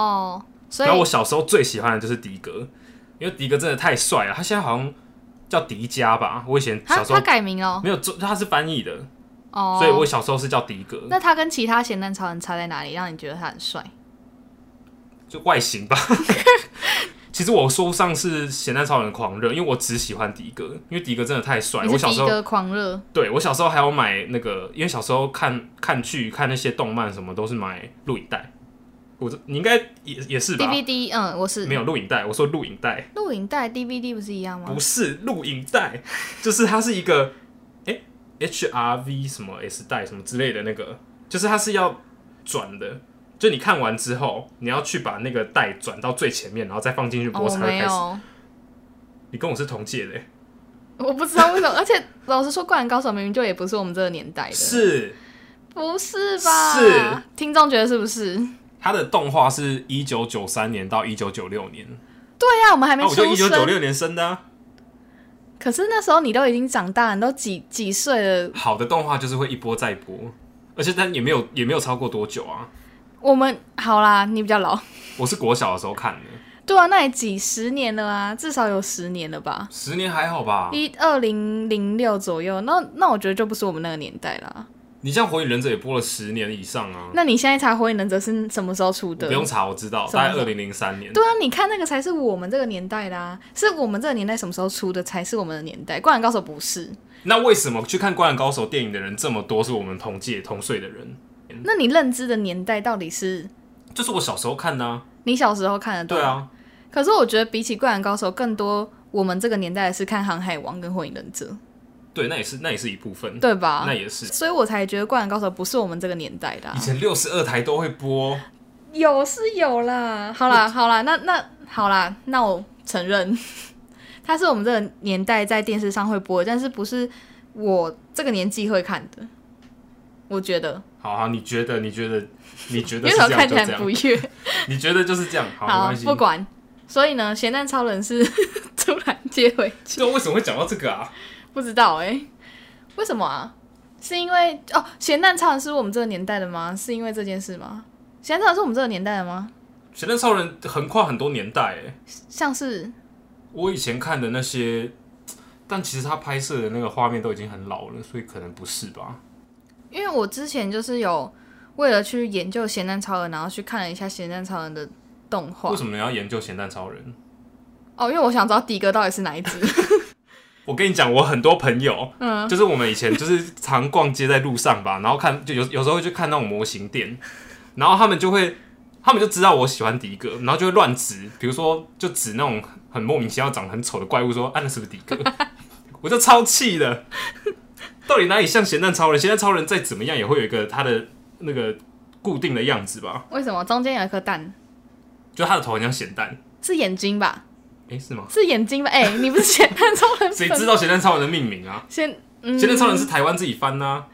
所以然后我小时候最喜欢的就是迪格，因为迪格真的太帅了。他现在好像叫迪迦吧？我以前小时候他改名了， 没有，他是翻译的。哦、oh. ，所以我小时候是叫迪格。 那他跟其他咸蛋超人差在哪里，让你觉得他很帅？ 就外形吧。其实我说不上是咸蛋超人狂热，因为我只喜欢迪格，因为迪格真的太帅。 你是迪格狂热？ 对，我小时候还有买那个，因为小时候看看剧、看那些动漫什么，都是买录影带。我你应该也也是吧 ？D V D， 嗯，我是没有录影带，我说录影带。 录影带 D V D 不是一样吗？ 不是录影带，就是它是一个哎、欸、H R V 什么 S 带什么之类的那个，就是它是要转的。就你看完之后，你要去把那个带转到最前面，然后再放进去播才会开始。 哦、 你跟我是同届的、欸， 我不知道为什么。而且老实说，《灌篮高手》明明就也不是我们这个年代的， 是不是吧？ 是， 听众觉得是不是？ 他的动画是一九九三年到一九九六年。 对呀、啊，我们还没出生。 啊、我就一九九六年生的、啊。 可是那时候你都已经长大了，你都几几岁了？ 好的动画就是会一播再播，而且但也没有也没有超过多久啊。 我们好啦，你比较老。 我是国小的时候看的。 对啊，那也几十年了啊，至少有十年了吧？ 十年还好吧？ 一二零零六左右，那那我觉得就不是我们那个年代啦。 你像《火影忍者》也播了十年以上啊。 那你现在查《火影忍者》是什么时候出的？ 不用查，我知道，大概二零零三年。 对啊，你看那个才是我们这个年代啦、啊，是我们这个年代什么时候出的才是我们的年代。灌篮高手不是。 那为什么去看《灌篮高手》电影的人这么多？是我们同届同岁的人。 那你认知的年代到底是？ 就是我小时候看的啊。 你小时候看的对啊。 可是我觉得比起《灌篮高手》，更多我们这个年代的是看《航海王》跟《火影忍者》。 对，那也是那也是一部分， 对吧？ 那也是， 所以我才觉得《灌篮高手》不是我们这个年代的、啊。 以前六十二台都会播， 有是有啦。好啦好啦，那那好啦，那我承认，它是我们这个年代在电视上会播的，但是不是我这个年纪会看的。我觉得。 好好，你觉得？你觉得？你觉得是这样？ 看起来不悦。 你觉得就是这样？好， 好没关系， 不管。所以呢，咸蛋超人是突然接回去。 对，为什么会讲到这个啊？ 不知道哎、欸，为什么啊？是因为哦，咸蛋超人是我们这个年代的吗？是因为这件事吗？咸蛋超人是我们这个年代的吗？ 咸蛋超人横跨很多年代哎、欸， 像是我以前看的那些，但其实他拍摄的那个画面都已经很老了，所以可能不是吧。 因为我之前就是有为了去研究咸蛋超人，然后去看了一下咸蛋超人的动画。 为什么你要研究咸蛋超人？ 哦，因为我想知道迪哥到底是哪一只。 我跟你讲，我很多朋友，嗯，就是我们以前就是常逛街在路上吧，然后看就有有时候会去看那种模型店，然后他们就会，他们就知道我喜欢迪哥，然后就会乱指，比如说就指那种很莫名其妙长得很丑的怪物，说啊那是不是迪哥？我就超气的。到底哪里像咸蛋超人？咸蛋超人再怎么样也会有一个他的那个固定的样子吧？ 为什么中间有一颗蛋？ 就他的头很像咸蛋， 是眼睛吧？ 哎、欸，是吗？ 是眼睛吧？哎、欸，你不是咸蛋超人？ 谁知道咸蛋超人的命名啊？ 咸、嗯、 咸蛋超人是台湾自己翻的、啊。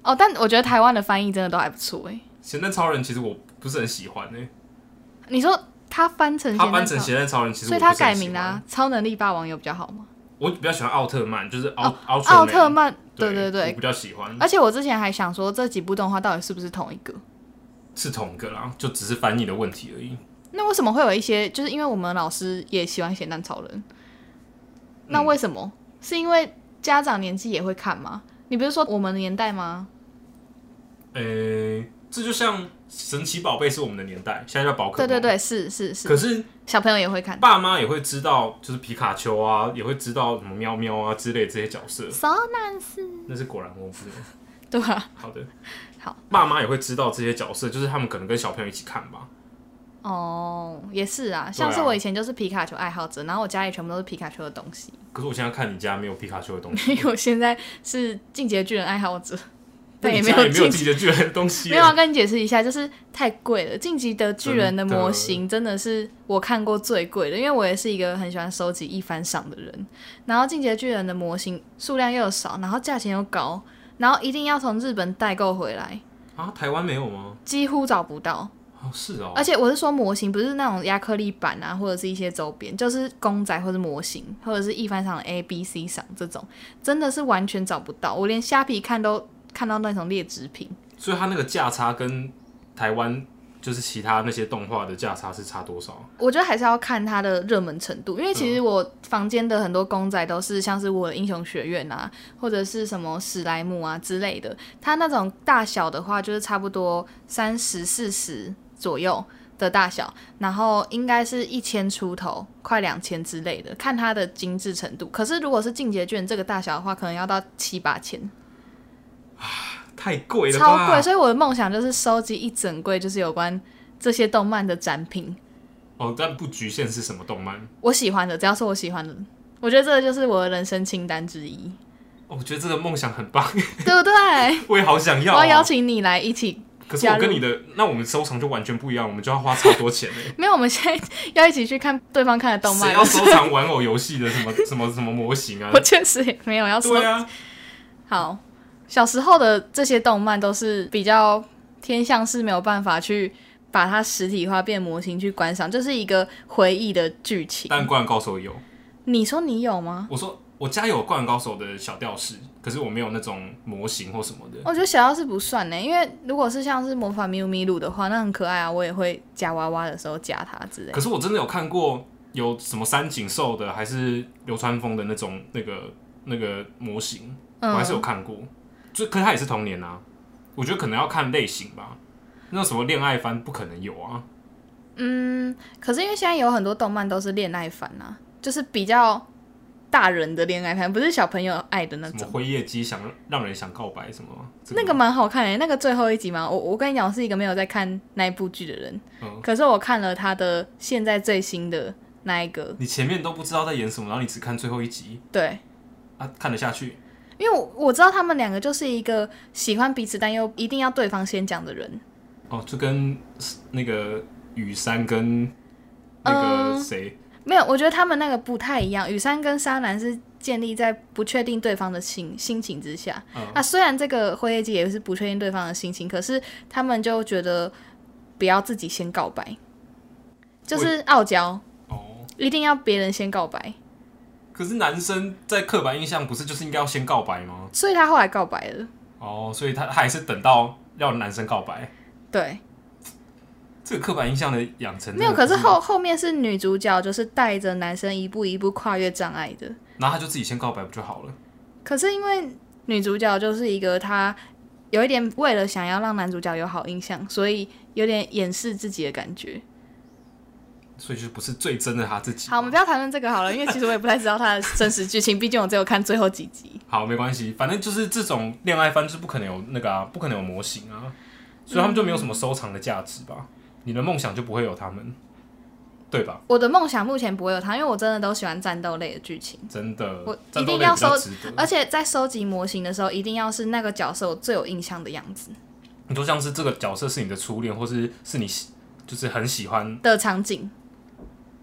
哦，但我觉得台湾的翻译真的都还不错哎。 咸蛋超人其实我不是很喜欢哎。 你说他翻成他翻成咸蛋超人，其实我所以他改名啦、啊，超能力霸王有比较好吗？ 我比较喜欢奥特曼，就是奥、 哦、 奥奥特曼，对对对， 我比较喜欢。 而且我之前还想说，这几部动画到底是不是同一个？ 是同一个啦，就只是翻译的问题而已。 那为什么会有一些？就是因为我们老师也喜欢咸蛋超人，那为什么？嗯、是因为家长年纪也会看吗？你不是说我们的年代吗？ 呃、欸，这就像神奇宝贝是我们的年代，现在叫宝可梦。 对对对，是是是。 可是小朋友也会看， 爸妈也会知道，就是皮卡丘啊，也会知道什么喵喵啊之类的这些角色。 So nice。那是果然我不是。 对啊。 好的。 好。 爸妈也会知道这些角色，就是他们可能跟小朋友一起看吧。 哦，也是啊，像是我以前就是皮卡丘爱好者，然后我家里全部都是皮卡丘的东西。 可是我现在看你家没有皮卡丘的东西。 因为我现在是进击的巨人爱好者。 但也没有进击的巨人的东西。 没有，要跟你解释一下，就是太贵了。进击的巨人的模型真的是我看过最贵的，因为我也是一个很喜欢收集一番赏的人。然后进击的巨人的模型数量又少，然后价钱又高，然后一定要从日本代购回来。 啊，台湾没有吗？ 几乎找不到。 哦，是哦。 而且我是说模型，不是那种亚克力板啊，或者是一些周边，就是公仔或者模型，或者是一番赏的 A、B、C 赏这种，真的是完全找不到。我连虾皮看都看到那种劣质品， 所以它那个价差跟台湾就是其他那些动画的价差是差多少？ 我觉得还是要看它的热门程度，因为其实我房间的很多公仔都是像是我的英雄学院啊，或者是什么史莱姆啊之类的，它那种大小的话就是差不多三十四十左右的大小，然后应该是一千出头，快两千之类的，看它的精致程度。可是如果是进阶卷这个大小的话，可能要到七八千。 太贵了吧， 超贵，所以我的梦想就是收集一整柜，就是有关这些动漫的展品。 哦，但不局限是什么动漫， 我喜欢的，只要是我喜欢的，我觉得这个就是我的人生清单之一。 哦、我觉得这个梦想很棒， 对不对？ 我也好想要、啊。 我要邀请你来一起。 可是我跟你的，那我们收藏就完全不一样，我们就要花超多钱嘞。 没有，我们现在要一起去看对方看的动漫。 谁要收藏玩偶游戏的什么什么什么模型啊？ 我确实也没有要收。 对啊。 好。小时候的这些动漫都是比较偏向是没有办法去把它实体化变模型去观赏，就是一个回忆的剧情。 但灌篮高手有， 你说你有吗？ 我说我家有灌篮高手的小吊饰，可是我没有那种模型或什么的。 我觉得小吊饰不算呢，因为如果是像是魔法咪路咪路的话，那很可爱啊，我也会夹娃娃的时候夹它之类的。 可是我真的有看过有什么三井寿的，还是流川枫的那种那个那个模型，我还是有看过。嗯，就可是它也是童年啊，我觉得可能要看类型吧。那什么恋爱番不可能有啊。 嗯，可是因为现在有很多动漫都是恋爱番啊，就是比较大人的恋爱番，不是小朋友爱的那种。 什么辉夜姬想让人想告白什么、 这个？那个蛮好看的、欸，那个最后一集嘛，我我跟你讲，我是一个没有在看那一部剧的人、嗯，可是我看了他的现在最新的那一个。 你前面都不知道在演什么，然后你只看最后一集。 对。 啊，看得下去。 因为 我, 我知道他们两个就是一个喜欢彼此但又一定要对方先讲的人。 哦，就跟那个羽山跟那个谁、 嗯、没有，我觉得他们那个不太一样。羽山跟沙男是建立在不确定对方的 心, 心情之下、嗯、啊，虽然这个辉夜姬也是不确定对方的心情，可是他们就觉得不要自己先告白，就是傲娇、哦、一定要别人先告白。 可是男生在刻板印象不是就是应该要先告白吗？ 所以他后来告白了。 哦，所以他还是等到要男生告白。 对， 这个刻板印象的养成没有，可是后后面是女主角就是带着男生一步一步跨越障碍的， 然后他就自己先告白不就好了？ 可是因为女主角就是一个她有一点为了想要让男主角有好印象，所以有点掩饰自己的感觉。 所以就不是最真的他自己。 好，我们不要谈论这个好了，因为其实我也不太知道他的真实剧情，毕竟我只有看最后几集。 好，没关系，反正就是这种恋爱番就是不可能有那个啊，不可能有模型啊，所以他们就没有什么收藏的价值吧、嗯？你的梦想就不会有他们，对吧？ 我的梦想目前不会有他，因为我真的都喜欢战斗类的剧情。 真的， 我一定要收，而且在收集模型的时候，一定要是那个角色我最有印象的样子。 你就像是这个角色是你的初恋，或是是你就是很喜欢的场景。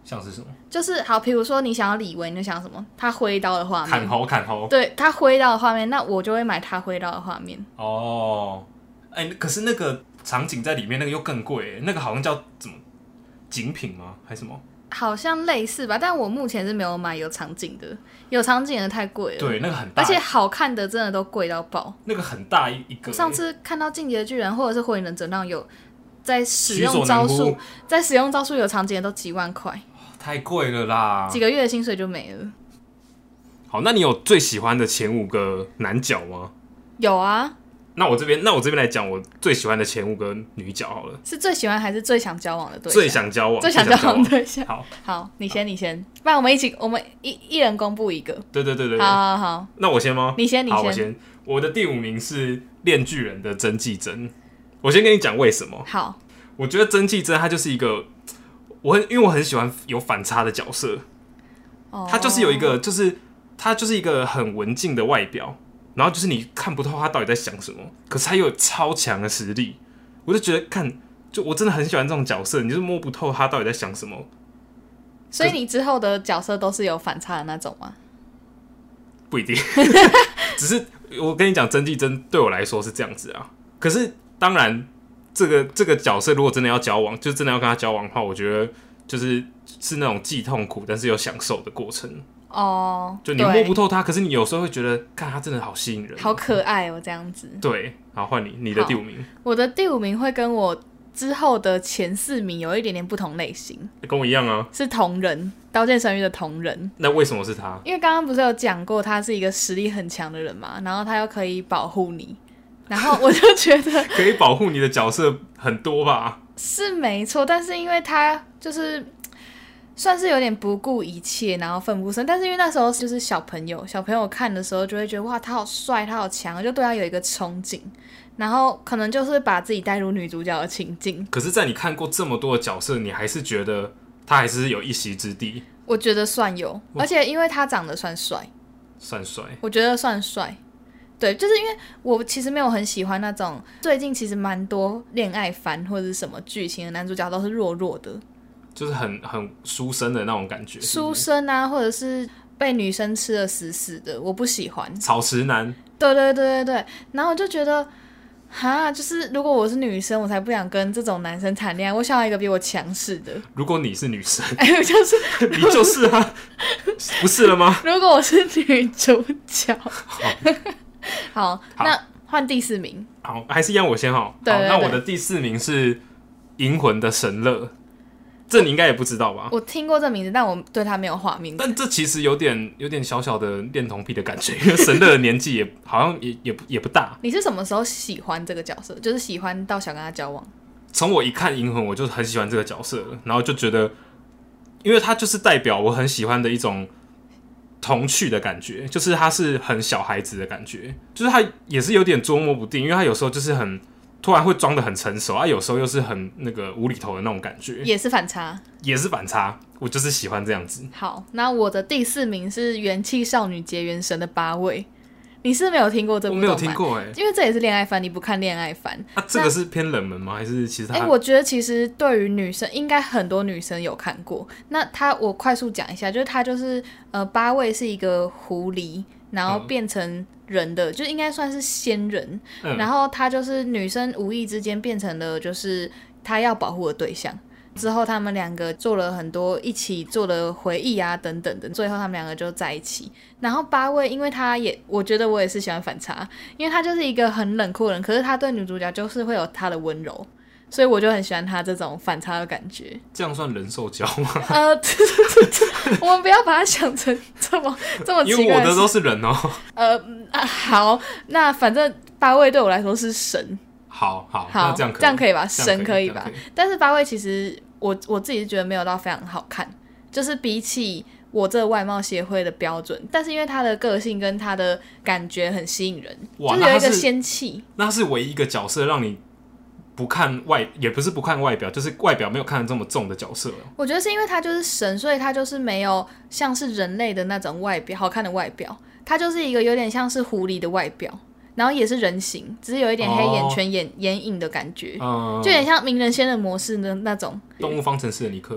像是什么？ 就是好，比如说你想要李维，你就想要什么？他挥刀的画面， 砍喉砍喉。 对，他挥刀的画面，那我就会买他挥刀的画面。 哦，哎、欸，可是那个场景在里面，那个又更贵，那个好像叫怎么景品吗？还是什么？ 好像类似吧，但我目前是没有买有场景的，有场景的太贵了。 对，那个很大， 而且好看的真的都贵到爆。 那个很大一一个。 我上次看到《进击的巨人》或者是《火影忍者》那种有在使用招数，在使用招数有场景的都几万块， 太贵了啦， 几个月的薪水就没了。 好，那你有最喜欢的前五个男角吗？ 有啊。 那我这边，那我这边来讲我最喜欢的前五个女角好了。 是最喜欢还是最想交往的对象？ 最想交往， 最想交往的对象。 好， 好，你先，你先，不然我们一起，我们一一人公布一个。 对对对对对。 好好好。 那我先吗？ 你先，你先。 好，我先。我的第五名是《链锯人》的真纪真。我先跟你讲为什么。 好。 我觉得真纪真她就是一个，我很因为我很喜欢有反差的角色。哦。她就是有一个，就是她就是一个很文静的外表。然后就是你看不透他到底在想什么，可是他又有超强的实力，我就觉得看，就我真的很喜欢这种角色，你就是摸不透他到底在想什么。 所以你之后的角色都是有反差的那种吗？ 不一定，只是我跟你讲，真纪真对我来说是这样子啊。可是当然，这个这个角色如果真的要交往，就真的要跟他交往的话，我觉得就是是那种既痛苦但是又享受的过程。哦，就你摸不透他，可是你有时候会觉得，看他真的好吸引人， 好可爱哦，这样子。 对，好，换你，你的第五名。 我的第五名会跟我之后的前四名有一点点不同类型， 跟我一样啊， 是同人，刀剑神域的同人。 那为什么是他？ 因为刚刚不是有讲过，他是一个实力很强的人嘛，然后他又可以保护你，然后我就觉得可以保护你的角色很多吧？ 是没错，但是因为他就是。算是有点不顾一切，然后奋不顾身，但是因为那时候就是小朋友，小朋友看的时候就会觉得哇，他好帅，他好强，就对他有一个憧憬，然后可能就是把自己带入女主角的情境。 可是，在你看过这么多的角色，你还是觉得他还是有一席之地？ 我觉得算有，而且因为他长得算帅， 算帅， 我觉得算帅。对，就是因为我其实没有很喜欢那种最近其实蛮多恋爱番或者是什么剧情的男主角都是弱弱的。 就是很很书生的那种感觉， 书生啊，或者是被女生吃得死死的，我不喜欢。 草食男， 对对对对对，然后我就觉得，哈，就是如果我是女生，我才不想跟这种男生谈恋爱，我想要一个比我强势的。 如果你是女生， 哎，我就是， 你就是啊，不是了吗？ 如果我是女主角，好，好，那换第四名， 好，还是一样，我先好。 对对对， 好，那我的第四名是《银魂》的神乐。这你应该也不知道吧？ 我听过这名字，但我对他没有画面。 但这其实有点有点小小的恋童癖的感觉，因为神乐的年纪也好像也也不也不大。 你是什么时候喜欢这个角色？就是喜欢到想跟他交往？ 从我一看银魂，我就很喜欢这个角色了，然后就觉得，因为他就是代表我很喜欢的一种童趣的感觉，就是他是很小孩子的感觉，就是他也是有点捉摸不定，因为他有时候就是很。突然会装得很成熟啊，有时候又是很那个无厘头的那种感觉， 也是反差， 也是反差。我就是喜欢这样子。 好，那我的第四名是元气少女结缘神的八位，你是没有听过这部动漫？ 我没有听过哎、欸， 因为这也是恋爱番，你不看恋爱番， 啊，这个是偏冷门吗？还是其实它？ 哎、欸，我觉得其实对于女生，应该很多女生有看过。那它我快速讲一下，就是它就是呃，八位是一个狐狸，然后变成人的，嗯、就应该算是仙人。嗯、然后他就是女生无意之间变成了就是他要保护的对象。之后他们两个做了很多一起做的回忆啊等等的，最后他们两个就在一起。然后八位因为他也我觉得我也是喜欢反差，因为他就是一个很冷酷的人，可是他对女主角就是会有他的温柔，所以我就很喜欢他这种反差的感觉。 这样算人兽交吗？ 呃，我们不要把它想成这么这么奇怪的事， 因为我的都是人哦。 呃、啊，好，那反正八位对我来说是神。 好好， 好， 那这样可以， 这样可以吧？神可以吧？但是八位其实我我自己是觉得没有到非常好看，就是比起我这个外貌协会的标准，但是因为他的个性跟他的感觉很吸引人，就是有一个仙气。 那他是唯一一个角色让你不看外，也不是不看外表，就是外表没有看得这么重的角色。 我觉得是因为他就是神，所以他就是没有像是人类的那种外表好看的外表，他就是一个有点像是狐狸的外表。然后也是人形，只是有一点黑眼圈、眼、眼影的感觉，嗯、就有点像鸣人仙人模式的那种。 动物方程式的尼克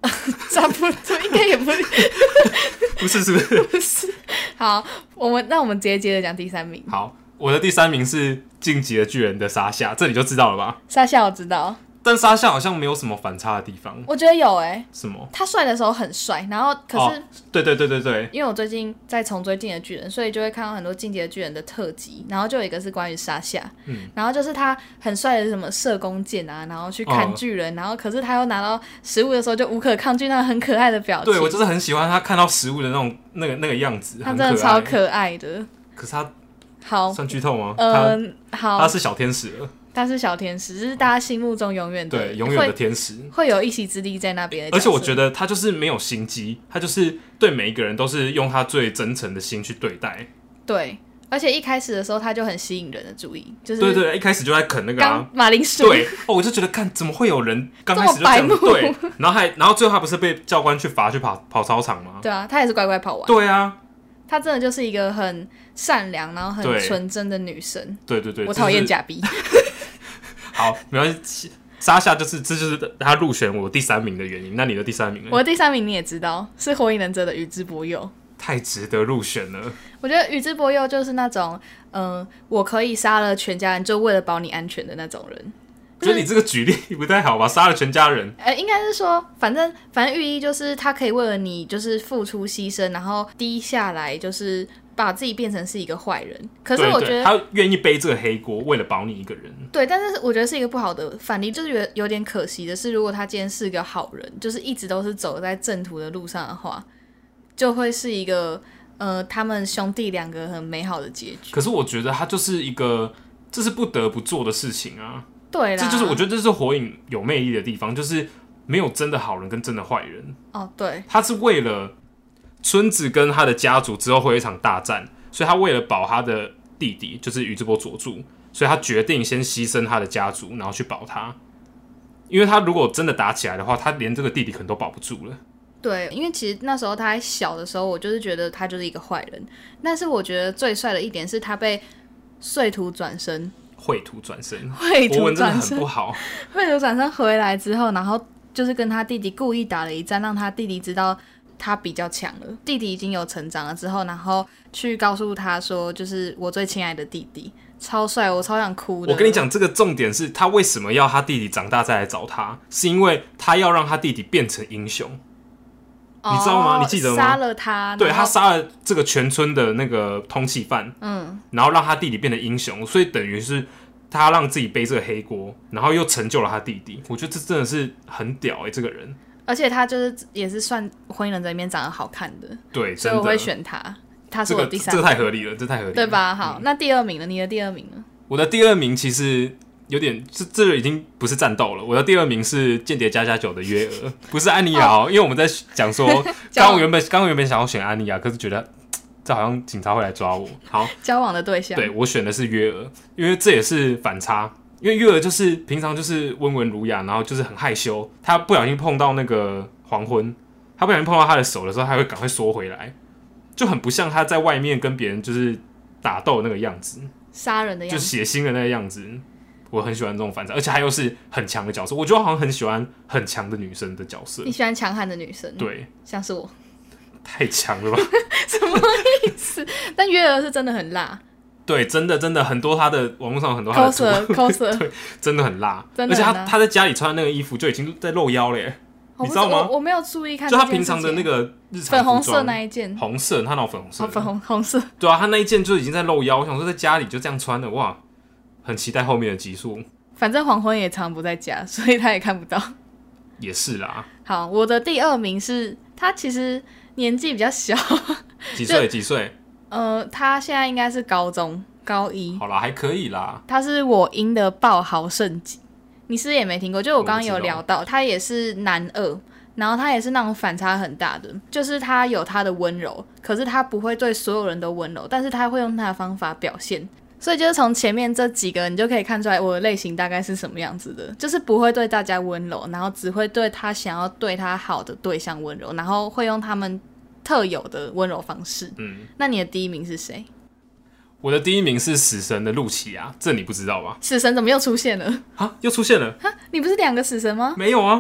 差不多，应该也不是， 不是，是不是？ 不是。好，我们那我们直接接着讲第三名。 好，我的第三名是《进击的巨人》的沙夏，这你就知道了吧？ 沙夏我知道。 但沙夏好像没有什么反差的地方， 我觉得有诶、欸。 什么？ 他帅的时候很帅，然后可是、哦， 对对对对对， 因为我最近在重追《进击的巨人》，所以就会看到很多《进击的巨人》的特辑，然后就有一个是关于沙夏，嗯，然后就是他很帅的什么射弓箭啊，然后去砍巨人，哦、然后可是他又拿到食物的时候就无可抗拒那很可爱的表情。 对，我就是很喜欢他看到食物的那种那个那个样子， 他真的超可爱的。 可是他好算剧透吗？ 嗯、呃，好， 他是小天使了。 他是小天使，是大家心目中永远的， 对，永远的天使， 会有一席之地在那边的。 而且我觉得他就是没有心机，他就是对每一个人都是用他最真诚的心去对待。 对，而且一开始的时候他就很吸引人的注意，就是对对，一开始就在啃那个、啊、 马铃薯。 对，哦，我就觉得看怎么会有人刚开始就这样对，然后还然后最后他不是被教官去罚去跑跑操场吗？ 对啊，他也是乖乖跑完。 对啊。 她真的就是一个很善良，然后很纯真的女生。 对对对， 我讨厌假逼。 好，没关系。沙夏就是这就是他入选我第三名的原因。那你的第三名呢？ 我的第三名你也知道，是《火影忍者》的宇智波鼬， 太值得入选了。 我觉得宇智波鼬就是那种，嗯、呃，我可以杀了全家人，就为了保你安全的那种人。 我觉得你这个举例不太好吧？杀了全家人， 呃，应该是说，反正反正寓意就是他可以为了你，就是付出牺牲，然后低下来，就是把自己变成是一个坏人。可是我觉得对对他愿意背这个黑锅，为了保你一个人。 对，但是我觉得是一个不好的反例，就是有有点可惜的是，如果他今天是个好人，就是一直都是走在正途的路上的话，就会是一个呃，他们兄弟两个很美好的结局。 可是我觉得他就是一个，这是不得不做的事情啊。 对啦， 这就是我觉得这是火影有魅力的地方，就是没有真的好人跟真的坏人。 哦，对， 他是为了村子跟他的家族之后会有一场大战，所以他为了保他的弟弟，就是宇智波佐助，所以他决定先牺牲他的家族，然后去保他。因为他如果真的打起来的话，他连这个弟弟可能都保不住了。 对，因为其实那时候他还小的时候，我就是觉得他就是一个坏人。但是我觉得最帅的一点是他被碎土转身。 秽土转身， 秽土转身很不好。 秽土转身回来之后，然后就是跟他弟弟故意打了一战，让他弟弟知道他比较强了。弟弟已经有成长了之后，然后去告诉他说，就是我最亲爱的弟弟，超帅，我超想哭的。 我跟你讲，这个重点是他为什么要他弟弟长大再来找他，是因为他要让他弟弟变成英雄。你知道吗？ 哦、 你记得吗？ 杀了他， 对，他杀了这个全村的那个通缉犯，嗯，然后让他弟弟变成英雄，所以等于是他让自己背这个黑锅，然后又成就了他弟弟。我觉得这真的是很屌哎、欸，这个人。 而且他就是也是算火影忍者里面长得好看的， 对， 所以我会选他。他是我第三名、 这个，这个太合理了，这太合理了， 对吧？好，嗯、那第二名呢？你的第二名呢？ 我的第二名其实。有点，这这已经不是战斗了。我的第二名是《间谍加加酒》的约尔，不是安妮亚、哦，因为我们在讲说，刚刚原本刚刚原本想要选安妮亚，可是觉得这好像警察会来抓我。好， 交往的对象， 对我选的是约尔，因为这也是反差。因为约尔就是平常就是温文儒雅，然后就是很害羞。他不小心碰到那个黄昏，他不小心碰到他的手的时候，他会赶快缩回来，就很不像他在外面跟别人就是打斗的那个样子， 杀人的样子， 就血腥的那个样子。我很喜欢这种反差，而且还又是很强的角色。我觉得我好像很喜欢很强的女生的角色。 你喜欢强悍的女生？ 对， 像是我。 太强了吧？ 什么意思？但约尔是真的很辣。 对，真的真的很多，他的网络上有很多他的图 coser， 对，真的很辣。 真的很辣， 而且他他在家里穿的那个衣服就已经在露腰了耶， 你知道吗？ 我, 我没有注意看， 就他平常的那个日常粉红色那一件， 红色，他那粉红色、 哦，粉红红色。 对啊，他那一件就已经在露腰。我想说在家里就这样穿的，哇，很期待后面的集数。 反正黄昏也常不在家，所以他也看不到。 也是啦。 好，我的第二名是他，其实年纪比较小， 几岁？几岁？ 呃，他现在应该是高中高一。 好啦，还可以啦。 他是我音的爆豪胜己，你是不是也没听过？就我刚刚有聊到，他也是男二，然后他也是那种反差很大的，就是他有他的温柔，可是他不会对所有人都温柔，但是他会用他的方法表现。所以就是从前面这几个你就可以看出来我的类型大概是什么样子的，就是不会对大家温柔，然后只会对他想要对他好的对象温柔，然后会用他们特有的温柔方式。嗯，那你的第一名是谁？ 我的第一名是死神的露琪亚，这你不知道吧？ 死神怎么又出现了？ 啊，又出现了？ 哈，你不是两个死神吗？ 没有啊，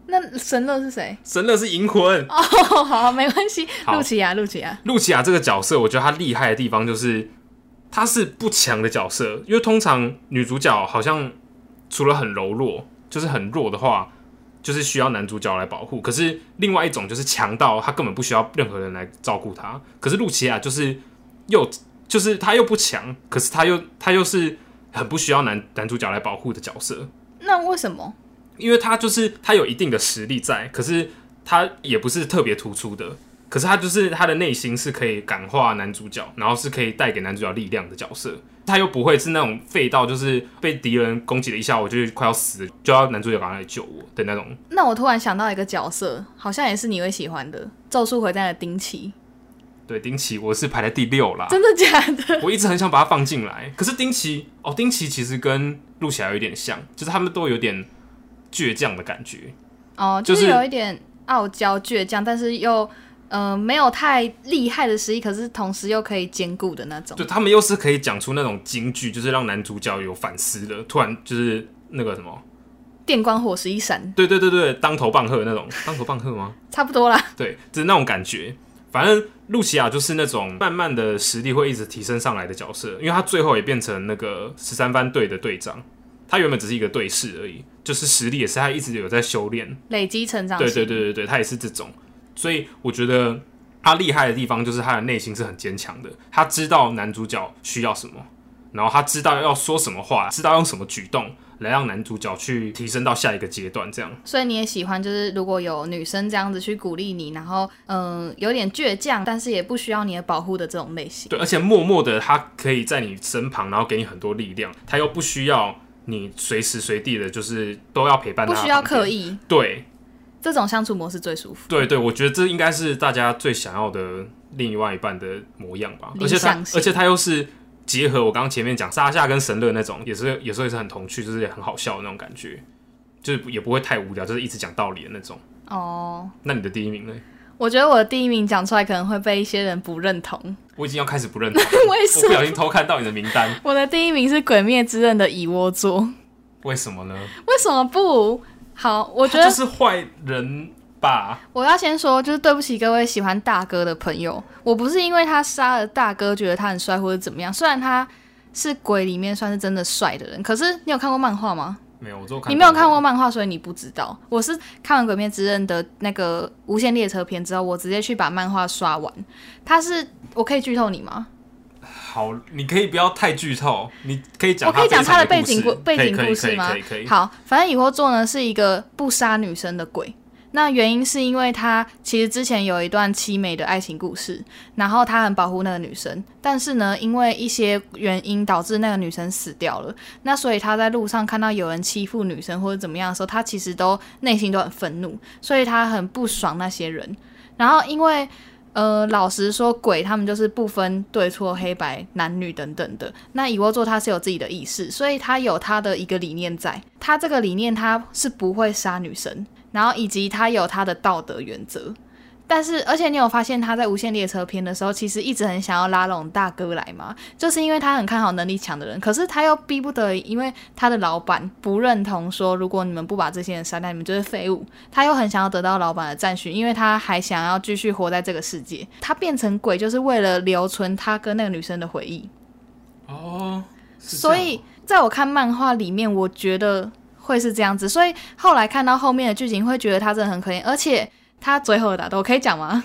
那神乐是谁？ 神乐是银魂。 哦，好，没关系。露琪亚，露琪亚， 露琪亚这个角色，我觉得她厉害的地方就是她是不强的角色，因为通常女主角好像除了很柔弱，就是很弱的话，就是需要男主角来保护。可是另外一种就是强到她根本不需要任何人来照顾她。可是露琪亚就是又就是她又不强，可是她又她又是很不需要男男主角来保护的角色。 那为什么？ 因为他就是他有一定的实力在，可是他也不是特别突出的，可是他就是他的内心是可以感化男主角，然后是可以带给男主角力量的角色。他又不会是那种废到就是被敌人攻击了一下我就快要死了，就要男主角赶快来救我的那种。 那我突然想到一个角色，好像也是你会喜欢的，《咒术回战》的丁奇。 对，丁奇我是排在第六啦。 真的假的？ 我一直很想把它放进来，可是丁奇哦，丁奇其实跟露琪亚有点像，就是他们都有点倔强的感觉。 哦，就是有一点傲娇倔强，但是又呃没有太厉害的实力，可是同时又可以兼顾的那种。 对，他们又是可以讲出那种金句，就是让男主角有反思的，突然就是那个什么电光火石一闪。 对对对对，当头棒喝那种，当头棒喝吗？ 差不多啦。 对，就是那种感觉。反正露琪亚就是那种慢慢的实力会一直提升上来的角色，因为他最后也变成那个十三番队的队长。他原本只是一个队士而已，就是实力也是他一直有在修炼， 累积成长。 对对对对对，他也是这种。所以我觉得他厉害的地方就是他的内心是很坚强的，他知道男主角需要什么，然后他知道要说什么话，知道用什么举动来让男主角去提升到下一个阶段，这样。 所以你也喜欢，就是如果有女生这样子去鼓励你，然后嗯、呃、有点倔强，但是也不需要你的保护的这种类型。 对，而且默默的他可以在你身旁，然后给你很多力量，他又不需要你随时随地的，就是都要陪伴他， 不需要刻意。 对， 这种相处模式最舒服。 对对，我觉得这应该是大家最想要的另外一半的模样吧。而且他，而且他又是结合我刚刚前面讲沙夏跟神乐那种，也是有时候也是很童趣，就是也很好笑的那种感觉，就是也不会太无聊，就是一直讲道理的那种。 哦， 那你的第一名呢？ 我觉得我的第一名讲出来可能会被一些人不认同。 我已经要开始不认同了。 为什么？ 我不小心偷看到你的名单。 我的第一名是《鬼灭之刃》的蚁窝座。 为什么呢？ 为什么不好？我觉得他就是坏人吧。 我要先说，就是对不起各位喜欢大哥的朋友，我不是因为他杀了大哥觉得他很帅或者怎么样，虽然他是鬼里面算是真的帅的人，可是你有看过漫画吗？ 没有，我都看。 你没有看过漫画，所以你不知道。我是看完《鬼灭之刃》的那个无限列车篇之后，我直接去把漫画刷完。他是，我可以剧透你吗？ 好，你可以不要太剧透，你可以讲， 我可以讲他的背景故背景故事吗？ 可以，可以，可以。 好，反正蚁窝座呢是一个不杀女生的鬼。那原因是因为他其实之前有一段凄美的爱情故事，然后他很保护那个女生，但是呢，因为一些原因导致那个女生死掉了。那所以他在路上看到有人欺负女生或者怎么样的时候，他其实都内心都很愤怒，所以他很不爽那些人。然后因为呃，老实说，鬼他们就是不分对错、黑白、男女等等的。那蚁窝座他是有自己的意识，所以他有他的一个理念在。他这个理念他是不会杀女生。然后以及他有他的道德原则，但是而且你有发现他在无限列车篇的时候，其实一直很想要拉拢大哥来嘛，就是因为他很看好能力强的人，可是他又逼不得已，因为他的老板不认同说，如果你们不把这些人杀掉，你们就是废物。他又很想要得到老板的赞许，因为他还想要继续活在这个世界。他变成鬼就是为了留存他跟那个女生的回忆。 哦， 所以在我看漫画里面，我觉得会是这样子，所以后来看到后面的剧情会觉得他真的很可怜，而且他最后的打斗，我可以讲吗？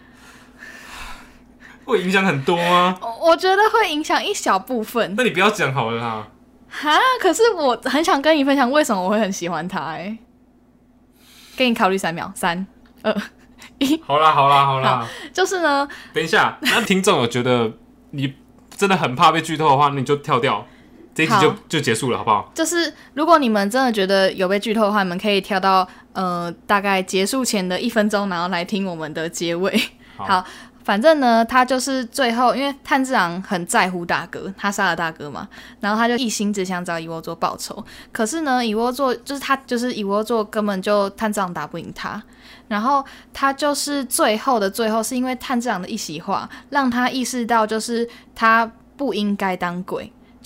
会影响很多吗？ 我觉得会影响一小部分。 那你不要讲好了啦。 哈，可是我很想跟你分享为什么我会很喜欢他哎、欸。给你考虑三秒，三、二、一。 好啦，好啦，好啦。好就是呢， 等一下，那听众有觉得你真的很怕被剧透的话，那你就跳掉。这一集就就结束了，好不好？ 就是如果你们真的觉得有被剧透的话，你们可以跳到呃大概结束前的一分钟，然后来听我们的结尾。好，好反正呢，他就是最后，因为炭治郎很在乎大哥，他杀了大哥嘛，然后他就一心只想找蚁窝座报仇。可是呢，蚁窝座就是他，就是蚁窝座根本就炭治郎打不赢他。然后他就是最后的最后，是因为炭治郎的一席话，让他意识到就是他不应该当鬼。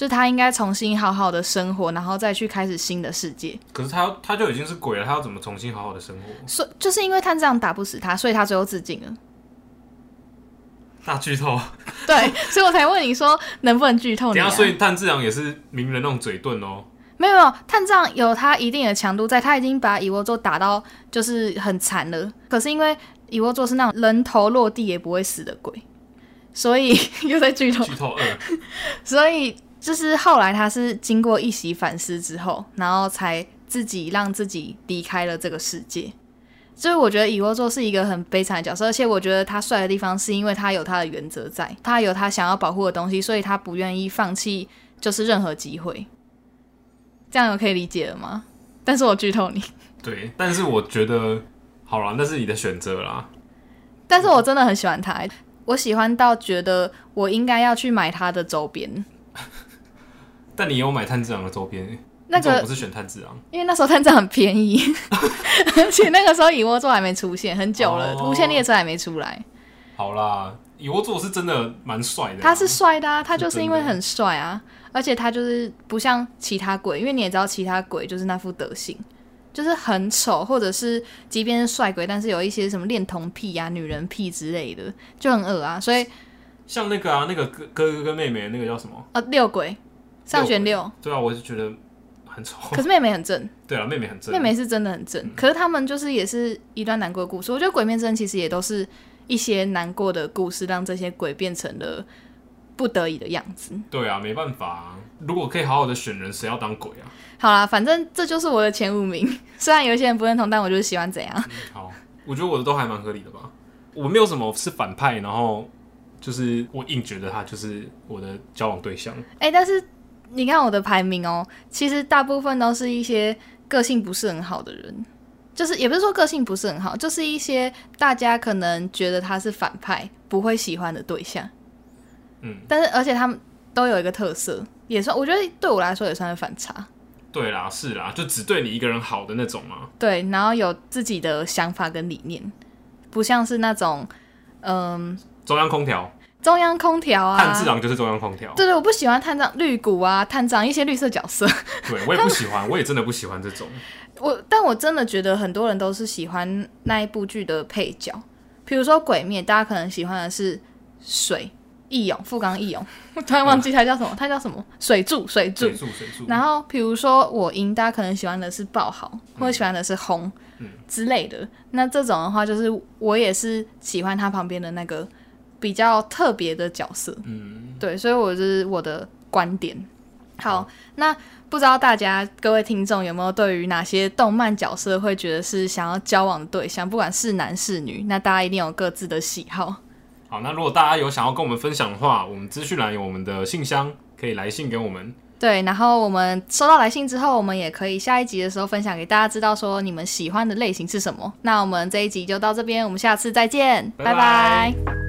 就是他应该重新好好的生活，然后再去开始新的世界。 可是他他就已经是鬼了，他要怎么重新好好的生活？ 所就是因为炭治郎打不死他，所以他最后自尽了。 大剧透。 对，所以我才问你说能不能剧透你、啊。 等一下，所以炭治郎也是名人那种嘴遁哦。 没有没有，炭治郎有他一定的强度在，他已经把蚁窝座打到就是很惨了。可是因为蚁窝座是那种人头落地也不会死的鬼，所以又在剧透。 剧透二。 所以就是后来他是经过一席反思之后，然后才自己让自己离开了这个世界。所以我觉得蚁窝座是一个很悲惨的角色，而且我觉得他帅的地方是因为他有他的原则在，他有他想要保护的东西，所以他不愿意放弃就是任何机会。这样有可以理解了吗？但是我剧透你。 对，但是我觉得好啦，那是你的选择啦。 但是我真的很喜欢他，我喜欢到觉得我应该要去买他的周边。 但你有买炭治郎的周边？ 那个不是选炭治郎， 因为那时候炭治郎很便宜，而且那个时候蚁窝座还没出现，很久了，哦、无限列车还没出来。 好啦，蚁窝座是真的蛮帅的、啊， 他是帅的啊，他就是因为很帅啊，而且他就是不像其他鬼，因为你也知道其他鬼就是那副德行，就是很丑，或者是即便是帅鬼，但是有一些什么恋童癖啊、女人癖之类的，就很恶啊。所以像那个啊，那个哥哥哥跟妹妹那个叫什么？ 啊，六鬼，上弦六。 对啊，我是觉得很丑。 可是妹妹很正。 对啊，妹妹很正。 妹妹是真的很正，嗯、可是他们就是也是一段难过的故事。我觉得《鬼灭之刃》其实也都是一些难过的故事，让这些鬼变成了不得已的样子。 对啊，没办法啊。如果可以好好的选人，谁要当鬼啊？ 好啦，反正这就是我的前五名。虽然有些人不认同，但我就是喜欢怎样。 嗯、好，我觉得我的都还蛮合理的吧。我没有什么是反派，然后就是我硬觉得他就是我的交往对象。 哎、欸，但是你看我的排名哦，其实大部分都是一些个性不是很好的人，就是也不是说个性不是很好，就是一些大家可能觉得他是反派不会喜欢的对象。嗯，但是而且他们都有一个特色，也算我觉得对我来说也算是反差。 对啦，是啦，就只对你一个人好的那种嘛。 对，然后有自己的想法跟理念，不像是那种嗯中央空调。 中央空调啊， 炭治郎就是中央空调。 对对，我不喜欢炭治郎、绿谷啊、炭治郎一些绿色角色。 对，我也不喜欢，我也真的不喜欢这种。 我，但我真的觉得很多人都是喜欢那一部剧的配角，比如说《鬼灭》，大家可能喜欢的是水义勇、富冈义勇，我突然忘记他叫什么，嗯、他叫什么？水柱，水柱， 水柱，水柱。 然后比如说我赢，大家可能喜欢的是爆豪，或者喜欢的是红、嗯、之类的。那这种的话，就是我也是喜欢他旁边的那个比较特别的角色，嗯，对，所以我就是我的观点。好，那不知道大家各位听众有没有对于哪些动漫角色会觉得是想要交往的对象，不管是男是女，那大家一定有各自的喜好。 好，那如果大家有想要跟我们分享的话，我们资讯栏有我们的信箱，可以来信给我们。 对，然后我们收到来信之后，我们也可以下一集的时候分享给大家知道说你们喜欢的类型是什么。那我们这一集就到这边，我们下次再见，拜拜。拜拜。